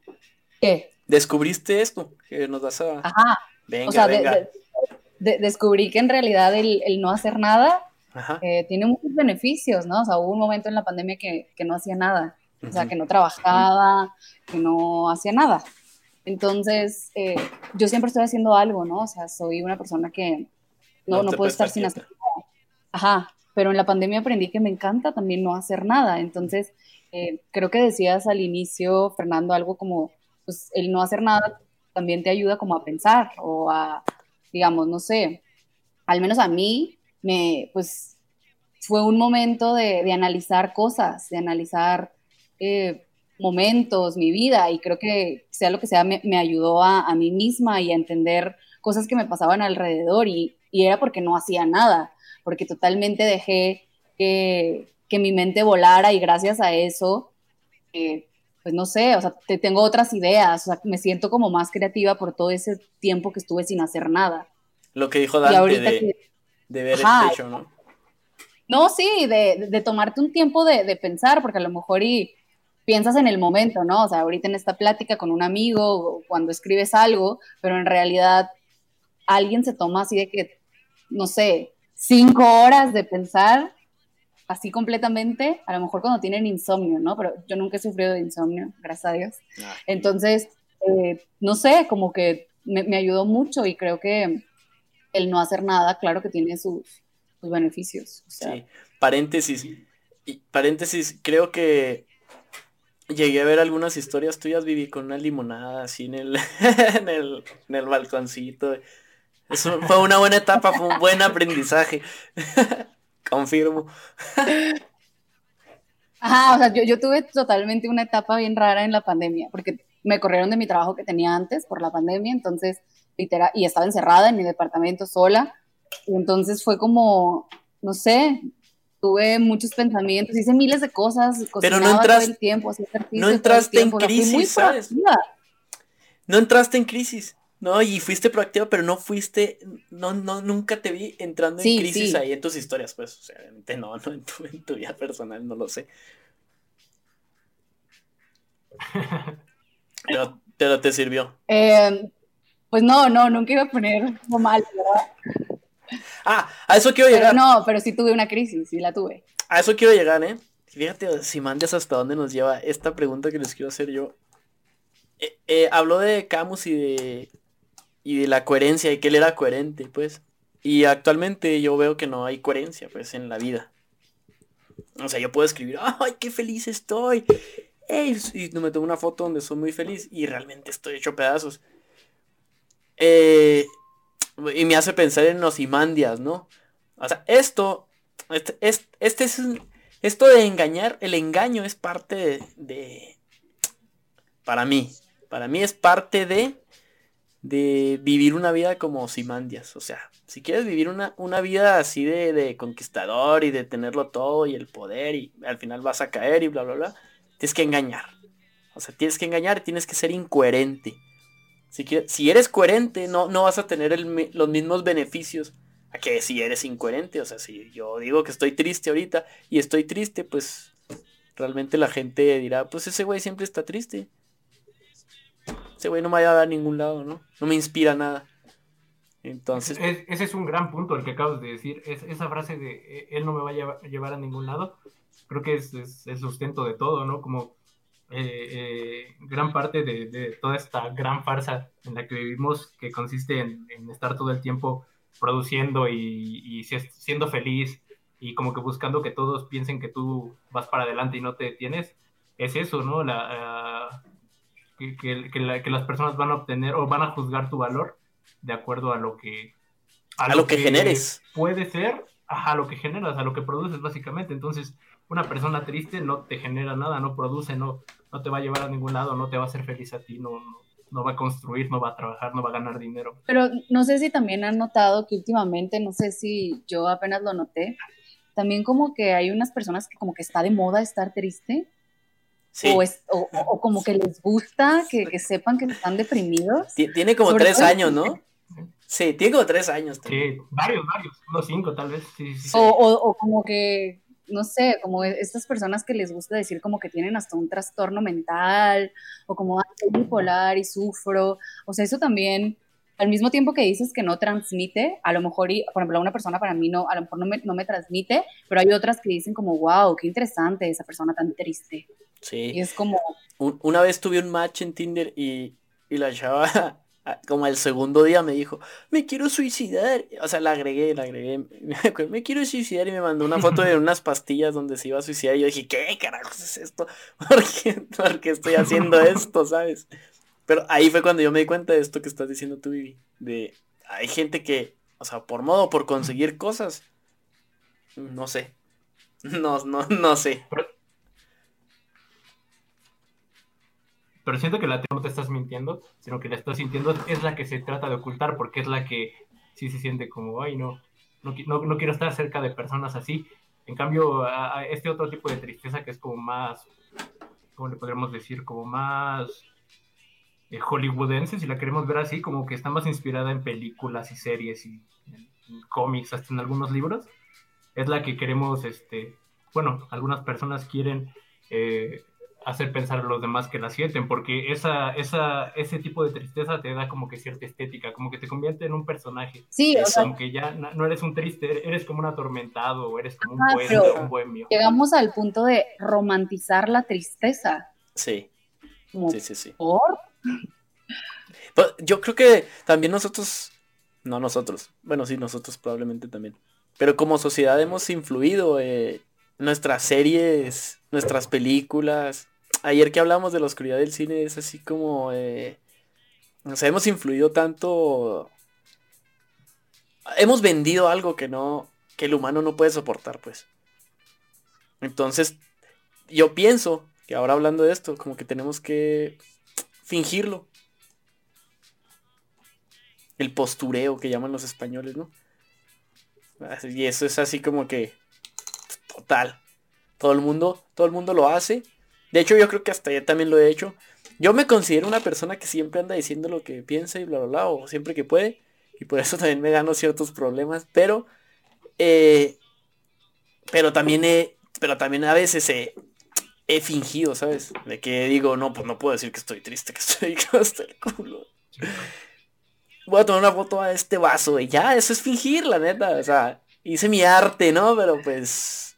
D: ¿Qué?
B: descubriste esto, que nos vas a...
D: Ajá, o
B: Venga,
D: sea,
B: venga.
D: descubrí que en realidad el no hacer nada
B: Ajá.
D: tiene muchos beneficios, ¿no? O sea, hubo un momento en la pandemia que no hacía nada, o sea,
B: Ujú.
D: que no trabajaba, que no hacía nada. Entonces, yo siempre estoy haciendo algo, ¿no? O sea, soy una persona que
B: No
D: no
B: te
D: puedo
B: puedes
D: estar
B: estar
D: sin hacer
B: quieta.
D: nada. Ajá, pero en la pandemia aprendí que me encanta también no hacer nada. Entonces, creo que decías al inicio, Fernando, algo como, pues el no hacer nada también te ayuda como a pensar o a, digamos, no sé, al menos a mí, pues fue un momento de analizar cosas, de analizar momentos, mi vida, y creo que sea lo que sea, me ayudó a mí misma y a entender cosas que me pasaban alrededor y era porque no hacía nada, porque totalmente dejé que mi mente volara y gracias a eso, pues no sé, o sea, tengo otras ideas, o sea, me siento como más creativa por todo ese tiempo que estuve sin hacer nada.
B: Lo que dijo
D: Y
B: Dante
D: ahorita que,
B: de ver el
D: ajá,
B: techo, ¿no?
D: no, sí, de tomarte un tiempo de pensar, porque a lo mejor y piensas en el momento, ¿no? O sea, ahorita en esta plática con un amigo, o cuando escribes algo, pero en realidad alguien se toma así de que, no sé, 5 horas de pensar así completamente, a lo mejor cuando tienen insomnio, ¿no? Pero yo nunca he sufrido de insomnio, gracias a Dios.
B: Ah,
D: Entonces, no sé, como que me ayudó mucho y creo que el no hacer nada, claro que tiene sus beneficios. O sea,
B: sí. Paréntesis. Paréntesis, creo que llegué a ver algunas historias tuyas, Vivi, con una limonada así en el, en el balconcito. Eso fue una buena etapa, fue un buen aprendizaje. Confirmo.
D: ajá, o sea, yo tuve totalmente una etapa bien rara en la pandemia, porque me corrieron de mi trabajo que tenía antes por la pandemia, entonces, literal, y estaba encerrada en mi departamento sola, y entonces fue como, no sé, tuve muchos pensamientos, hice miles de cosas,
B: Pero no
D: cocinaba todo
B: entras,
D: el tiempo, hacía
B: no
D: ejercicio todo el
B: entraste en
D: tiempo, o sea, fui muy
B: crisis, ¿sabes?
D: proactiva.
B: No entraste en crisis. No, y fuiste proactiva, pero no fuiste, no, nunca te vi entrando en
D: Sí,
B: crisis
D: sí.
B: ahí en tus historias, pues, o sea, obviamente no en tu vida personal, no lo sé. Pero te sirvió.
D: Eh, pues no, nunca iba a poner como mal, ¿verdad?
B: Ah, a eso quiero
D: Pero
B: llegar.
D: no, pero sí tuve una crisis, sí la tuve.
B: A eso quiero llegar, ¿eh? Fíjate, si mandes hasta dónde nos lleva esta pregunta que les quiero hacer yo. Habló de Camus y de la coherencia, y que él era coherente, pues. Y actualmente yo veo que no hay coherencia, pues, en la vida. O sea, yo puedo escribir, ¡ay, qué feliz estoy! ¡Ey! Y me tomo una foto donde soy muy feliz y realmente estoy hecho pedazos. Eh, y me hace pensar en Ozymandias, ¿no? O sea, esto de engañar, el engaño es parte para mí, es parte de vivir una vida como Ozymandias. O sea, si quieres vivir una vida así de conquistador y de tenerlo todo y el poder y al final vas a caer y bla, bla, bla, tienes que engañar. O sea, tienes que engañar y tienes que ser incoherente. Si eres coherente, no vas a tener los mismos beneficios a que si eres incoherente. O sea, si yo digo que estoy triste ahorita y estoy triste, pues realmente la gente dirá, pues ese güey siempre está triste. Ese güey no me va a dar a ningún lado, ¿no? No me inspira nada. Entonces,
C: Ese es un gran punto el que acabas de decir. Esa frase de él no me va a llevar a ningún lado, creo que es el sustento de todo, ¿no? Como gran parte de toda esta gran farsa en la que vivimos, que consiste en estar todo el tiempo produciendo y siendo feliz y como que buscando que todos piensen que tú vas para adelante y no te detienes, es eso, ¿no? Que las personas van a obtener o van a juzgar tu valor de acuerdo a
B: a
C: lo
B: lo que
C: que
B: generes.
C: puede ser, a lo que generas, a lo que produces básicamente. Entonces, una persona triste no te genera nada, no produce, no te va a llevar a ningún lado, no te va a hacer feliz a ti, no va a construir, no va a trabajar, no va a ganar dinero.
D: Pero no sé si también han notado que últimamente, no sé si yo apenas lo noté, también como que hay unas personas que como que está de moda estar triste
B: Sí.
D: o como que les gusta que sepan que están deprimidos,
B: Tiene como
D: sobre
B: 3
D: todo,
B: años, ¿no? Sí, tiene como 3 años también.
C: Sí, varios, unos 5 tal vez. Sí.
D: O como que, no sé, como estas personas que les gusta decir como que tienen hasta un trastorno mental, o como soy bipolar y sufro. O sea, eso también, al mismo tiempo que dices que no transmite, a lo mejor, por ejemplo, a una persona para mí no, a lo mejor no me transmite, pero hay otras que dicen como, wow, qué interesante esa persona tan triste.
B: Sí.
D: Y es como...
B: Una vez tuve un match en Tinder y la chava, como el segundo día me dijo, me quiero suicidar. O sea, la agregué. Me quiero suicidar y me mandó una foto de unas pastillas donde se iba a suicidar. Y yo dije, ¿qué carajos es esto? ¿Por qué estoy haciendo esto, sabes? Pero ahí fue cuando yo me di cuenta de esto que estás diciendo tú, Vivi. Hay gente que, o sea, por conseguir cosas, no sé. No sé.
C: Pero siento que la no te estás mintiendo, sino que la estás sintiendo es la que se trata de ocultar, porque es la que sí se siente como, ay, no quiero estar cerca de personas así. En cambio, a este otro tipo de tristeza que es como más, ¿cómo le podríamos decir? Como más hollywoodense, si la queremos ver así, como que está más inspirada en películas y series y en cómics, hasta en algunos libros. Es la que queremos, bueno, algunas personas quieren hacer pensar a los demás que la sienten, porque ese tipo de tristeza te da como que cierta estética, como que te convierte en un personaje.
D: Sí, o sea,
C: Como que ya no eres un triste, eres como un atormentado, o eres como un
D: pero
C: poeta, un bohemio.
D: llegamos al punto de romantizar la tristeza.
B: Sí.
D: Como,
B: Sí.
D: ¿por?
B: Pero yo creo que también no nosotros, bueno, sí, nosotros probablemente también, pero como sociedad hemos influido nuestras series, nuestras películas. Ayer que hablamos de la oscuridad del cine es así como, o sea, hemos influido tanto, hemos vendido algo que el humano no puede soportar, pues. Entonces, yo pienso que ahora hablando de esto, como que tenemos que fingirlo. El postureo que llaman los españoles, ¿no? Y eso es así como que total. Todo el mundo lo hace. De hecho, yo creo que hasta yo también lo he hecho. Yo me considero una persona que siempre anda diciendo lo que piensa y bla, bla, bla, o siempre que puede. Y por eso también me gano ciertos problemas. Eh, pero también a veces he fingido, ¿sabes? De que digo, no, pues no puedo decir que estoy triste, que estoy hasta el culo. Voy a tomar una foto a este vaso y ya, eso es fingir, la neta. O sea, hice mi arte, ¿no? Pero pues,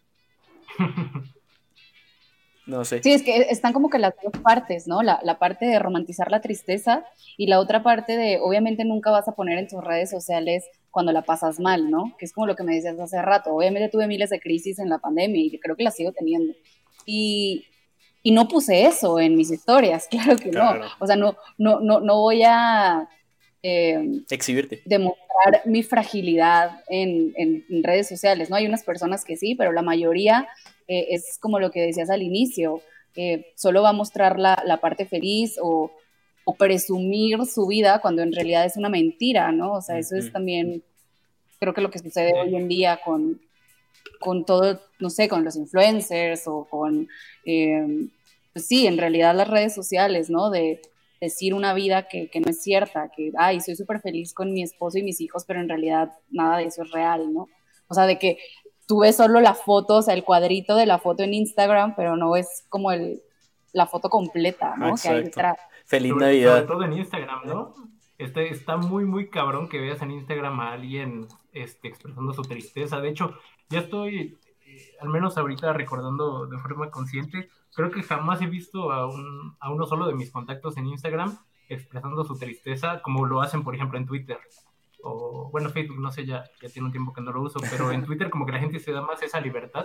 B: no sé.
D: Sí, es que están como que las dos partes, ¿no? La parte de romantizar la tristeza y la otra parte de, obviamente nunca vas a poner en tus redes sociales cuando la pasas mal, ¿no? Que es como lo que me decías hace rato. Obviamente tuve miles de crisis en la pandemia y creo que las sigo teniendo. Y, y no puse eso en mis historias, claro que
B: Claro.
D: no. O sea, no voy a
B: Exhibirte.
D: demostrar mi fragilidad en redes sociales, ¿no? Hay unas personas que sí, pero la mayoría es como lo que decías al inicio, solo va a mostrar la parte feliz o presumir su vida cuando en realidad es una mentira, ¿no? O sea, eso es también, creo que lo que sucede hoy en día con todo, no sé, con los influencers o con, pues sí, en realidad las redes sociales, ¿no? De decir una vida que no es cierta, que, ay, soy súper feliz con mi esposo y mis hijos, pero en realidad nada de eso es real, ¿no? O sea, de que tú ves solo la foto, o sea, el cuadrito de la foto en Instagram, pero no es como la foto completa, ¿no? Que hay detrás.
B: Feliz
C: sobre
B: Navidad.
C: todo en Instagram, ¿no? Está muy, muy cabrón que veas en Instagram a alguien expresando su tristeza. De hecho, ya estoy, al menos ahorita recordando de forma consciente, creo que jamás he visto a uno solo de mis contactos en Instagram expresando su tristeza como lo hacen, por ejemplo, en Twitter. O, bueno, Facebook, no sé, ya tiene un tiempo que no lo uso, pero en Twitter como que la gente se da más esa libertad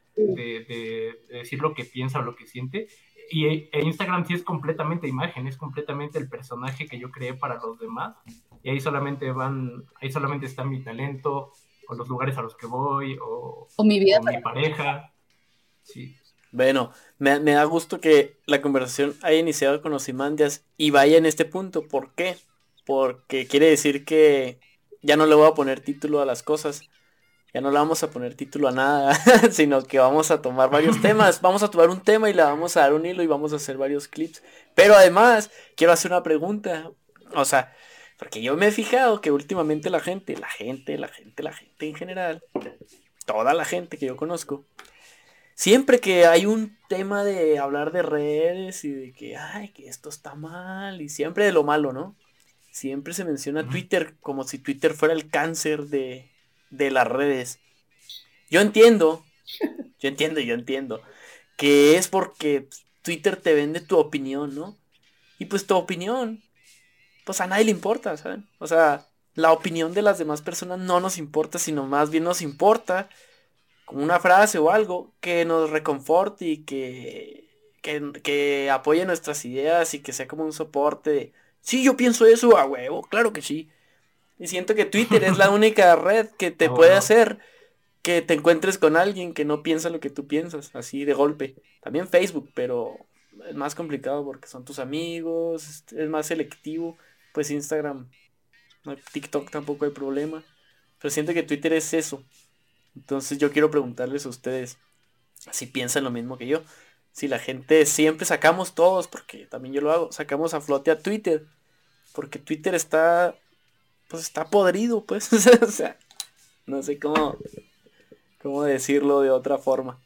C: de decir lo que piensa o lo que siente. Y Instagram sí es completamente imagen, es completamente el personaje que yo creé para los demás. Y ahí solamente está mi talento, o los lugares a los que voy, o
D: mi vida.
C: O mi pareja. Sí.
B: Bueno, me da gusto que la conversación haya iniciado con Ozymandias y vaya en este punto. ¿Por qué? Porque quiere decir que ya no le voy a poner título a las cosas. Ya no le vamos a poner título a nada, sino que vamos a tomar varios temas. Vamos a tomar un tema y le vamos a dar un hilo y vamos a hacer varios clips. Pero además, quiero hacer una pregunta. O sea, Porque yo me he fijado que últimamente la gente en general, toda la gente que yo conozco, siempre que hay un tema de hablar de redes y de que, ay, que esto está mal, y siempre de lo malo, ¿no? Siempre se menciona Twitter como si Twitter fuera el cáncer de las redes. Yo entiendo que es porque Twitter te vende tu opinión, ¿no? Y pues tu opinión, pues a nadie le importa, ¿saben? O sea, la opinión de las demás personas no nos importa, sino más bien nos importa como una frase o algo que nos reconforte y que apoye nuestras ideas y que sea como un soporte de, sí, yo pienso eso a huevo, claro que sí. Y siento que Twitter es la única red que te puede
C: bueno.
B: hacer que te encuentres con alguien que no piensa lo que tú piensas, así de golpe. También Facebook, pero es más complicado porque son tus amigos, es más selectivo. Pues Instagram, TikTok tampoco hay problema. Pero siento que Twitter es eso. Entonces yo quiero preguntarles a ustedes si piensan lo mismo que yo. Si la gente siempre sacamos todos, porque también yo lo hago, sacamos a flote a Twitter. Porque Twitter está, pues está podrido, pues. O sea, no sé cómo decirlo de otra forma.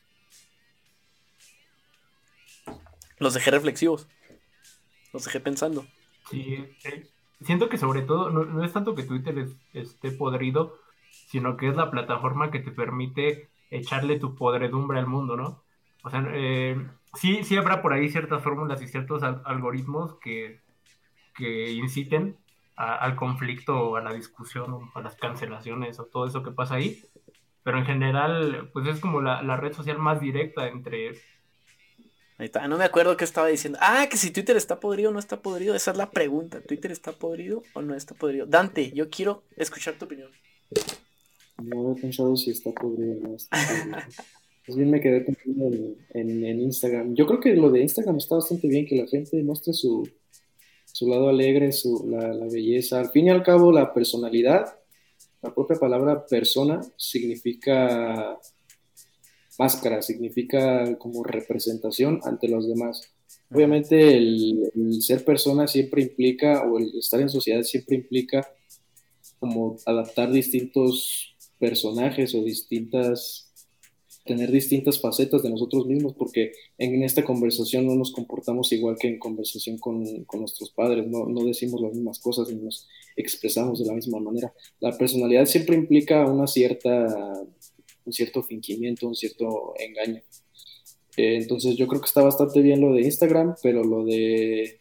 B: Los dejé reflexivos. Los dejé pensando.
C: Sí, siento que sobre todo no es tanto que Twitter esté podrido, sino que es la plataforma que te permite echarle tu podredumbre al mundo, ¿no? O sea, sí habrá por ahí ciertas fórmulas y ciertos algoritmos que inciten al conflicto o a la discusión o a las cancelaciones o todo eso que pasa ahí, pero en general, pues es como la red social más directa entre...
B: Ahí está, no me acuerdo qué estaba diciendo. Ah, que si Twitter está podrido o no está podrido. Esa es la pregunta. ¿Twitter está podrido o no está podrido? Dante, yo quiero escuchar tu opinión.
E: No he pensado si está podrido o no está podrido. Más bien me quedé pensando en Instagram. Yo creo que lo de Instagram está bastante bien, que la gente muestre su lado alegre, la belleza. Al fin y al cabo, la personalidad, la propia palabra persona, significa máscara, significa como representación ante los demás. Obviamente el ser persona siempre implica, o el estar en sociedad siempre implica como adaptar distintos personajes o tener distintas facetas de nosotros mismos, porque en esta conversación no nos comportamos igual que en conversación con nuestros padres, no decimos las mismas cosas ni nos expresamos de la misma manera. La personalidad siempre implica un cierto fingimiento, un cierto engaño. Entonces yo creo que está bastante bien lo de Instagram, pero lo de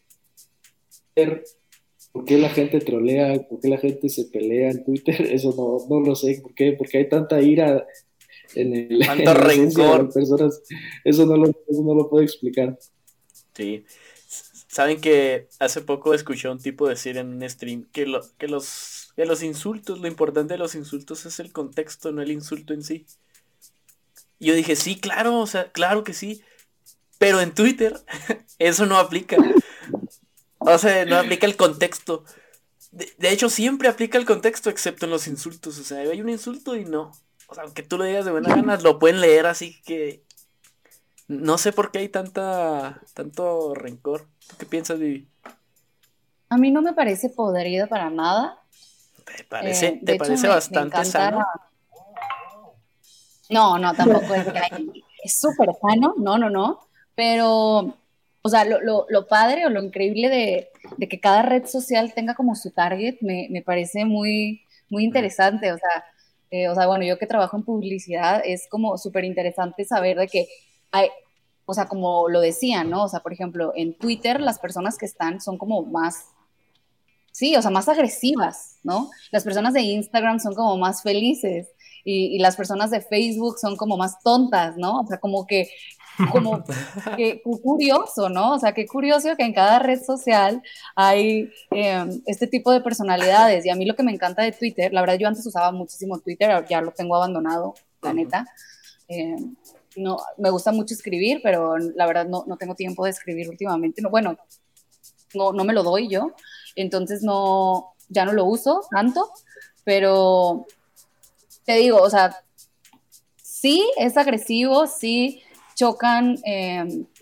E: por qué la gente trolea, por qué la gente se pelea en Twitter, eso no lo sé, porque hay tanta ira
B: Tanto
E: en la esencia de
B: rencor.
E: las personas, eso no lo puedo explicar.
B: Sí. Saben que hace poco escuché a un tipo decir en un stream que los insultos, lo importante de los insultos es el contexto, no el insulto en sí. Y yo dije, sí, claro, o sea, claro que sí. Pero en Twitter eso no aplica. O sea, no aplica el contexto. De hecho, siempre aplica el contexto, excepto en los insultos. O sea, hay un insulto y no. O sea, aunque tú lo digas de buena gana, lo pueden leer así que... No sé por qué hay tanto rencor. ¿Tú qué piensas, Vivi?
D: A mí no me parece podrido para nada.
B: ¿Te parece,
D: De
B: te
D: hecho,
B: parece
D: me
B: bastante
D: encanta.
B: sano?
D: No, tampoco es que es súper sano, no. Pero, o sea, lo padre o lo increíble de que cada red social tenga como su target me parece muy, muy interesante. O sea, bueno, yo que trabajo en publicidad es como súper interesante saber de que hay, o sea, como lo decían, ¿no? O sea, por ejemplo, en Twitter las personas que están son como más, sí, o sea, más agresivas, ¿no? Las personas de Instagram son como más felices y las personas de Facebook son como más tontas, ¿no? O sea, como que curioso, ¿no? O sea, qué curioso que en cada red social hay este tipo de personalidades. Y a mí lo que me encanta de Twitter, la verdad yo antes usaba muchísimo Twitter, ya lo tengo abandonado, la neta. Eh, no, me gusta mucho escribir, pero la verdad no tengo tiempo de escribir últimamente. No, bueno, no me lo doy yo, entonces ya no lo uso tanto, pero te digo, o sea, sí es agresivo, sí chocan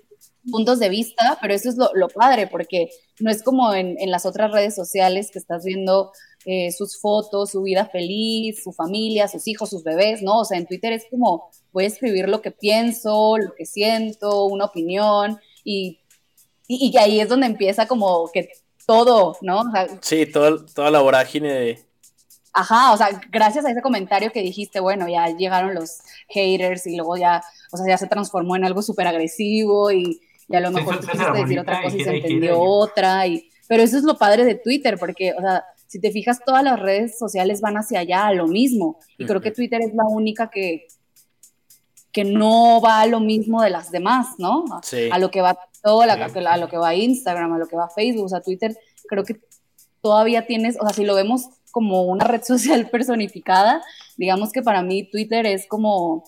D: puntos de vista, pero eso es lo padre, porque no es como en las otras redes sociales que estás viendo sus fotos, su vida feliz, su familia, sus hijos, sus bebés, ¿no? O sea, en Twitter es como, voy a escribir lo que pienso, lo que siento, una opinión, y ahí es donde empieza como que todo, ¿no? O sea,
B: Sí, toda la vorágine de...
D: ajá, o sea, gracias a ese comentario que dijiste, bueno, ya llegaron los haters y luego ya, o sea, ya se transformó en algo súper agresivo y a lo mejor tú quisiste decir otra cosa y se entendió otra, pero eso es lo padre de Twitter, porque, o sea, si te fijas, todas las redes sociales van hacia allá, a lo mismo, y creo que Twitter es la única que no va a lo mismo de las demás, ¿no?
B: Sí.
D: A lo que va todo, a lo que va Instagram, a lo que va Facebook, o sea, Twitter, creo que todavía tienes, o sea, si lo vemos como una red social personificada, digamos que para mí Twitter es como,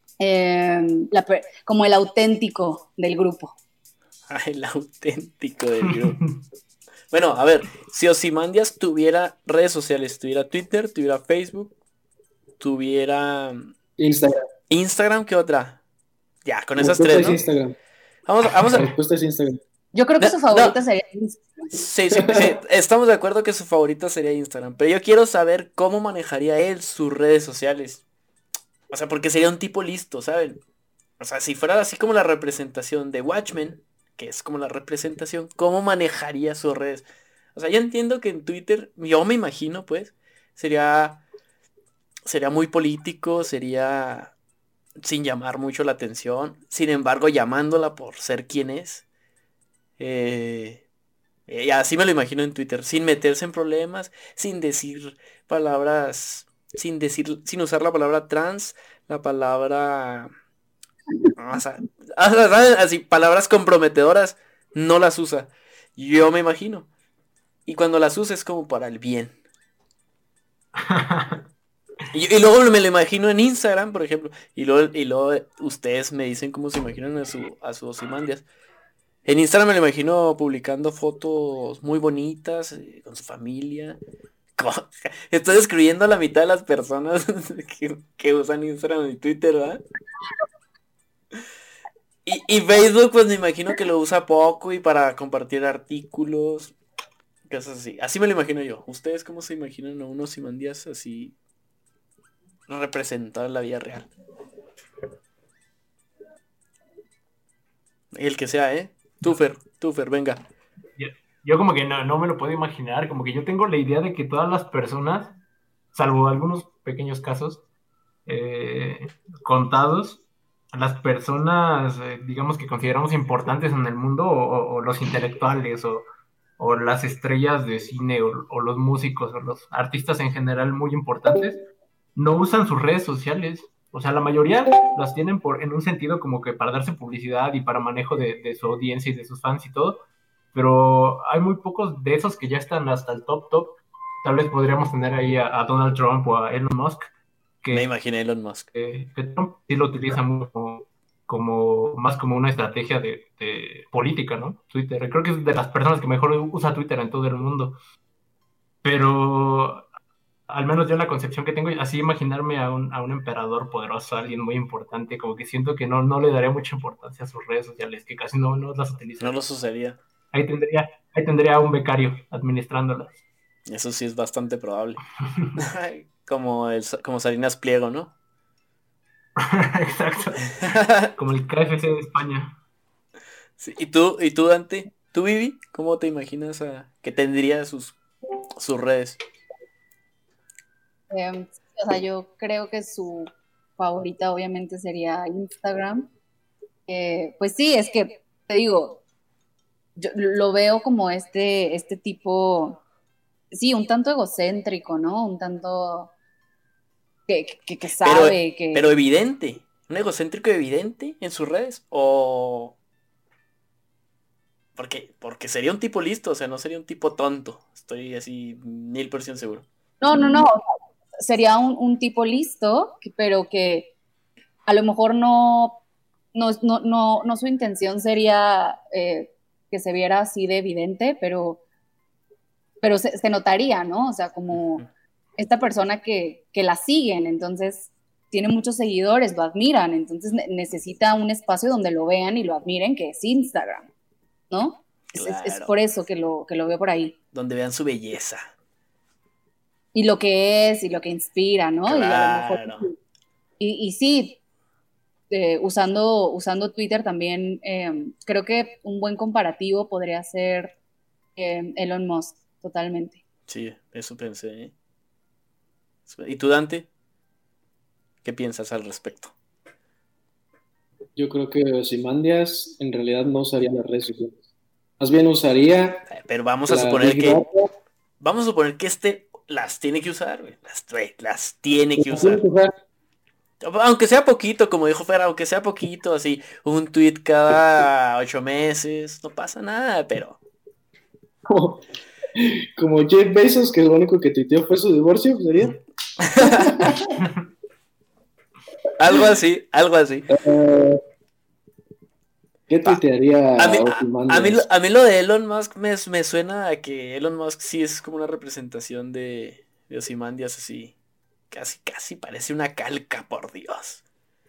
D: como el auténtico del grupo.
B: El auténtico del grupo. Bueno, a ver, si Ozymandias tuviera redes sociales, tuviera Twitter, tuviera Facebook, tuviera Instagram, ¿qué otra? Ya, con esas tres, ¿no?
E: Instagram.
B: Vamos a...
E: La respuesta es Instagram.
D: Yo creo que su favorita sería Instagram.
B: Sí, estamos de acuerdo que su favorita sería Instagram, pero yo quiero saber cómo manejaría él sus redes sociales. O sea, porque sería un tipo listo, ¿saben? O sea, si fuera así como la representación de Watchmen, que es como la representación, ¿cómo manejaría sus redes? O sea, yo entiendo que en Twitter, yo me imagino, pues, sería muy político, sería sin llamar mucho la atención, sin embargo, llamándola por ser quien es. Y así me lo imagino en Twitter, sin meterse en problemas, sin decir palabras, sin usar la palabra trans, la palabra... O sea, así, palabras comprometedoras, no las usa. Yo me imagino. Y cuando las usa es como para el bien. Y luego me lo imagino en Instagram, por ejemplo. Y luego ustedes me dicen cómo se imaginan a su Ozymandias. En Instagram me lo imagino publicando fotos muy bonitas, con su familia. Estoy describiendo a la mitad de las personas que usan Instagram y Twitter, ¿verdad? Y Facebook, pues me imagino que lo usa poco y para compartir artículos, cosas así. Así me lo imagino yo. ¿Ustedes cómo se imaginan a unos Ozymandias así representar la vida real? El que sea, ¿eh? Tufer, venga.
C: Yo como que no me lo puedo imaginar, como que yo tengo la idea de que todas las personas, salvo algunos pequeños casos contados, las personas, digamos que consideramos importantes en el mundo, o los intelectuales, o las estrellas de cine, o los músicos, o los artistas en general muy importantes, no usan sus redes sociales. O sea, la mayoría las tienen en un sentido como que para darse publicidad y para manejo de su audiencia y de sus fans y todo, pero hay muy pocos de esos que ya están hasta el top. Tal vez podríamos tener ahí a Donald Trump o a Elon Musk, que
B: me imaginé Elon Musk.
C: Que Trump sí lo utiliza mucho más como una estrategia de política, ¿no? Twitter. Creo que es de las personas que mejor usa Twitter en todo el mundo. Pero al menos yo la concepción que tengo, así imaginarme a un emperador poderoso, alguien muy importante, como que siento que no le daría mucha importancia a sus redes sociales, que casi no las utiliza.
B: No lo sucedería.
C: Ahí tendría a un becario administrándolas.
B: Eso sí es bastante probable. como Salinas Pliego, ¿no?
C: Exacto. Como el KFC de España.
B: Sí. ¿Y tú, Dante? ¿Tú, Vivi? ¿Cómo te imaginas que tendría sus redes?
D: O sea, yo creo que su favorita obviamente sería Instagram. Pues sí, es que te digo, yo lo veo como este tipo, sí, un tanto egocéntrico, ¿no? Un tanto que sabe que...
B: Pero evidente, un egocéntrico evidente en sus redes, o... Porque sería un tipo listo, o sea, no sería un tipo tonto. Estoy así 1000% seguro.
D: No, sería un tipo listo, pero que a lo mejor no su intención sería que se viera así de evidente, pero se notaría, ¿no? O sea, como esta persona que la siguen, entonces tiene muchos seguidores, lo admiran, entonces necesita un espacio donde lo vean y lo admiren, que es Instagram, ¿no?
B: Claro.
D: Es por eso que lo veo por ahí.
B: Donde vean su belleza.
D: Y lo que es, y lo que inspira, ¿no?
B: Claro.
D: Y a lo mejor, y sí, usando Twitter también, creo que un buen comparativo podría ser Elon Musk, totalmente.
B: Sí, eso pensé, ¿eh? ¿Y tú, Dante? ¿Qué piensas al respecto?
E: Yo creo que Ozymandias en realidad no usaría las redes sociales. Más bien usaría
B: Pero vamos a
E: la
B: suponer
E: Big
B: que...
E: Data.
B: Vamos a suponer que las tiene que usar, güey. Las tiene que
E: Las
B: usar.
E: tiene que usar.
B: Aunque sea poquito, como dijo Fer, aunque sea poquito, así, un tweet cada 8 meses, no pasa nada, pero...
E: Como Jeff Bezos, que lo único que tuiteó fue su divorcio, ¿sería?
B: Algo así, algo así.
E: ¿Qué tuitearía
B: A mí,
E: Ozymandias?
B: a mí lo de Elon Musk me suena a que Elon Musk sí es como una representación de Ozymandias, así. Casi parece una calca, por Dios.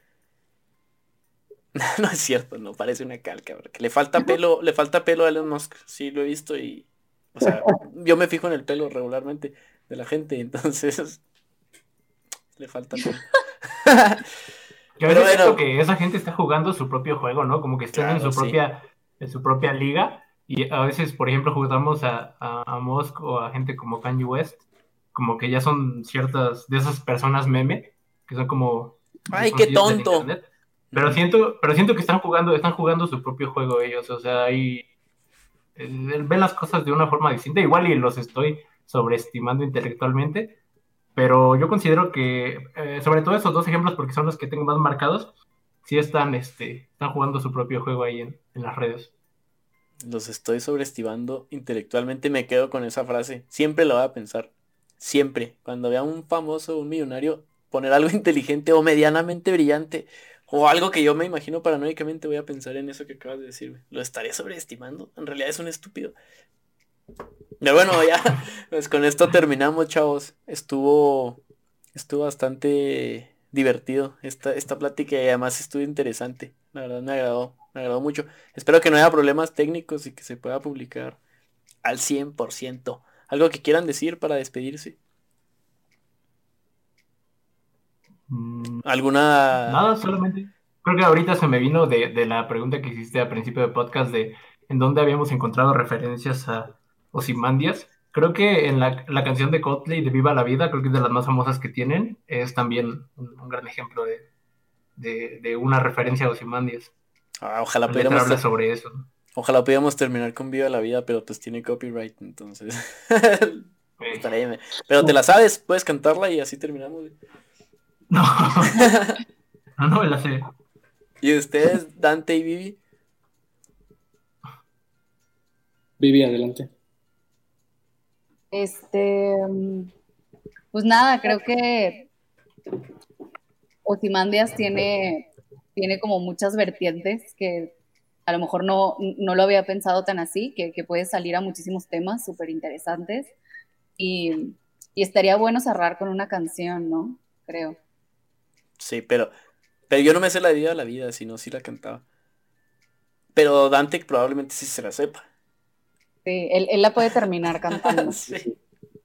B: No es cierto, no parece una calca, porque le falta pelo a Elon Musk, sí lo he visto y, o sea, yo me fijo en el pelo regularmente de la gente, entonces le falta pelo.
C: Yo
B: Pero
C: siento
B: bueno,
C: que esa gente está jugando su propio juego, ¿no? Como que están
B: claro,
C: en su propia liga. Y a veces, por ejemplo, jugamos a Musk o a gente como Kanye West, como que ya son ciertas de esas personas meme, que son como
B: ¡ay, qué
C: desconocidos del
B: tonto!
C: internet. Pero siento que están jugando su propio juego ellos, o sea, ahí ven las cosas de una forma distinta, igual y los estoy sobreestimando intelectualmente, pero yo considero que, sobre todo esos dos ejemplos, porque son los que tengo más marcados, sí están jugando su propio juego ahí en las redes.
B: Los estoy sobreestimando intelectualmente, me quedo con esa frase. Siempre lo voy a pensar. Siempre. Cuando vea a un famoso, un millonario, poner algo inteligente o medianamente brillante, o algo que yo me imagino paranoicamente, voy a pensar en eso que acabas de decir. Lo estaré sobreestimando. En realidad es un estúpido. Pero bueno, ya, pues con esto terminamos, chavos. Estuvo bastante divertido esta plática y además estuvo interesante. La verdad me agradó mucho. Espero que no haya problemas técnicos y que se pueda publicar al 100%. ¿Algo que quieran decir para despedirse? ¿Alguna...?
C: Nada, solamente. Creo que ahorita se me vino de la pregunta que hiciste al principio del podcast de en dónde habíamos encontrado referencias a Ozymandias. Creo que en la canción de Coldplay de Viva la Vida, creo que es de las más famosas que tienen, es también un gran ejemplo de una referencia a Ozymandias.
B: Ojalá
C: La letra habla sobre eso.
B: Ojalá pudiéramos terminar con Viva la Vida, pero pues tiene copyright, entonces... Pero te la sabes, puedes cantarla y así terminamos.
C: No, no me la sé.
B: ¿Y ustedes, Dante y Vivi?
E: Vivi, adelante.
D: Pues nada, creo que Ozymandias tiene como muchas vertientes que a lo mejor no lo había pensado tan así, que puede salir a muchísimos temas súper interesantes y estaría bueno cerrar con una canción, ¿no? Creo.
B: Sí, pero yo no me sé la de Viva la Vida, sino sí la cantaba. Pero Dante probablemente sí se la sepa.
D: Sí, él la puede terminar cantando.
B: Sí.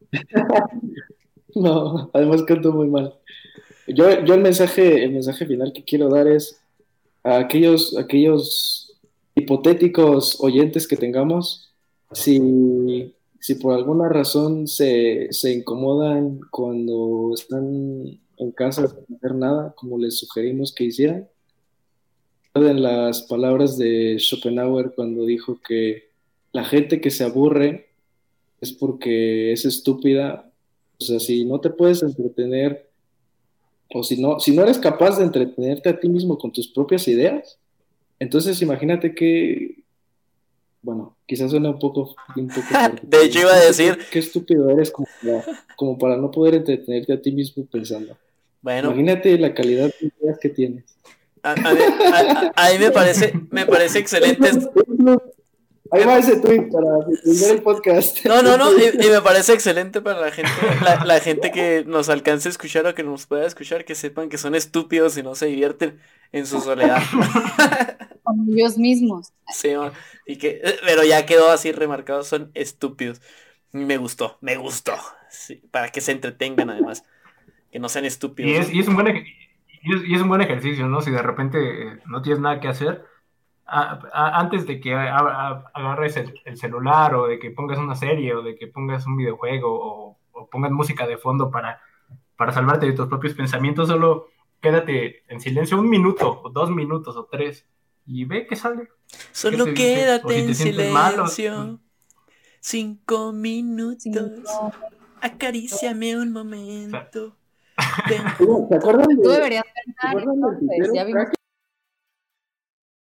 E: No, además canto muy mal. Yo el mensaje final que quiero dar es a aquellos hipotéticos oyentes que tengamos, si por alguna razón se incomodan cuando están en casa sin hacer nada, como les sugerimos que hicieran, recuerden las palabras de Schopenhauer cuando dijo que la gente que se aburre es porque es estúpida. O sea, si no te puedes entretener, o si no eres capaz de entretenerte a ti mismo con tus propias ideas, entonces imagínate que, bueno, quizás suene un poco fuerte.
B: De hecho iba a decir...
E: Qué estúpido eres como para no poder entretenerte a ti mismo pensando.
B: Bueno,
E: imagínate la calidad de ideas que tienes.
B: A mí me parece excelente.
E: Ahí va ese tweet para defender el podcast.
B: No, y me parece excelente para la gente que nos alcance a escuchar o que nos pueda escuchar, que sepan que son estúpidos y no se divierten en su soledad.
D: Como ellos mismos.
B: Sí, pero ya quedó así remarcado, son estúpidos. Me gustó. Sí, para que se entretengan además, que no sean estúpidos.
C: Y es un buen ejercicio, ¿no? Si de repente no tienes nada que hacer, antes de que agarres el celular o de que pongas una serie o de que pongas un videojuego o pongas música de fondo para salvarte de tus propios pensamientos, solo quédate en silencio 1 minuto o 2 minutos o 3 y ve qué sale.
B: Solo
C: ¿Qué te
B: quédate
C: dice?
B: en
C: Si te sientes mal,
B: silencio 5 minutos, acaríciame un momento.
E: ¿Se acuerdan
D: Tú
E: de,
D: deberías pensar, entonces, ya vimos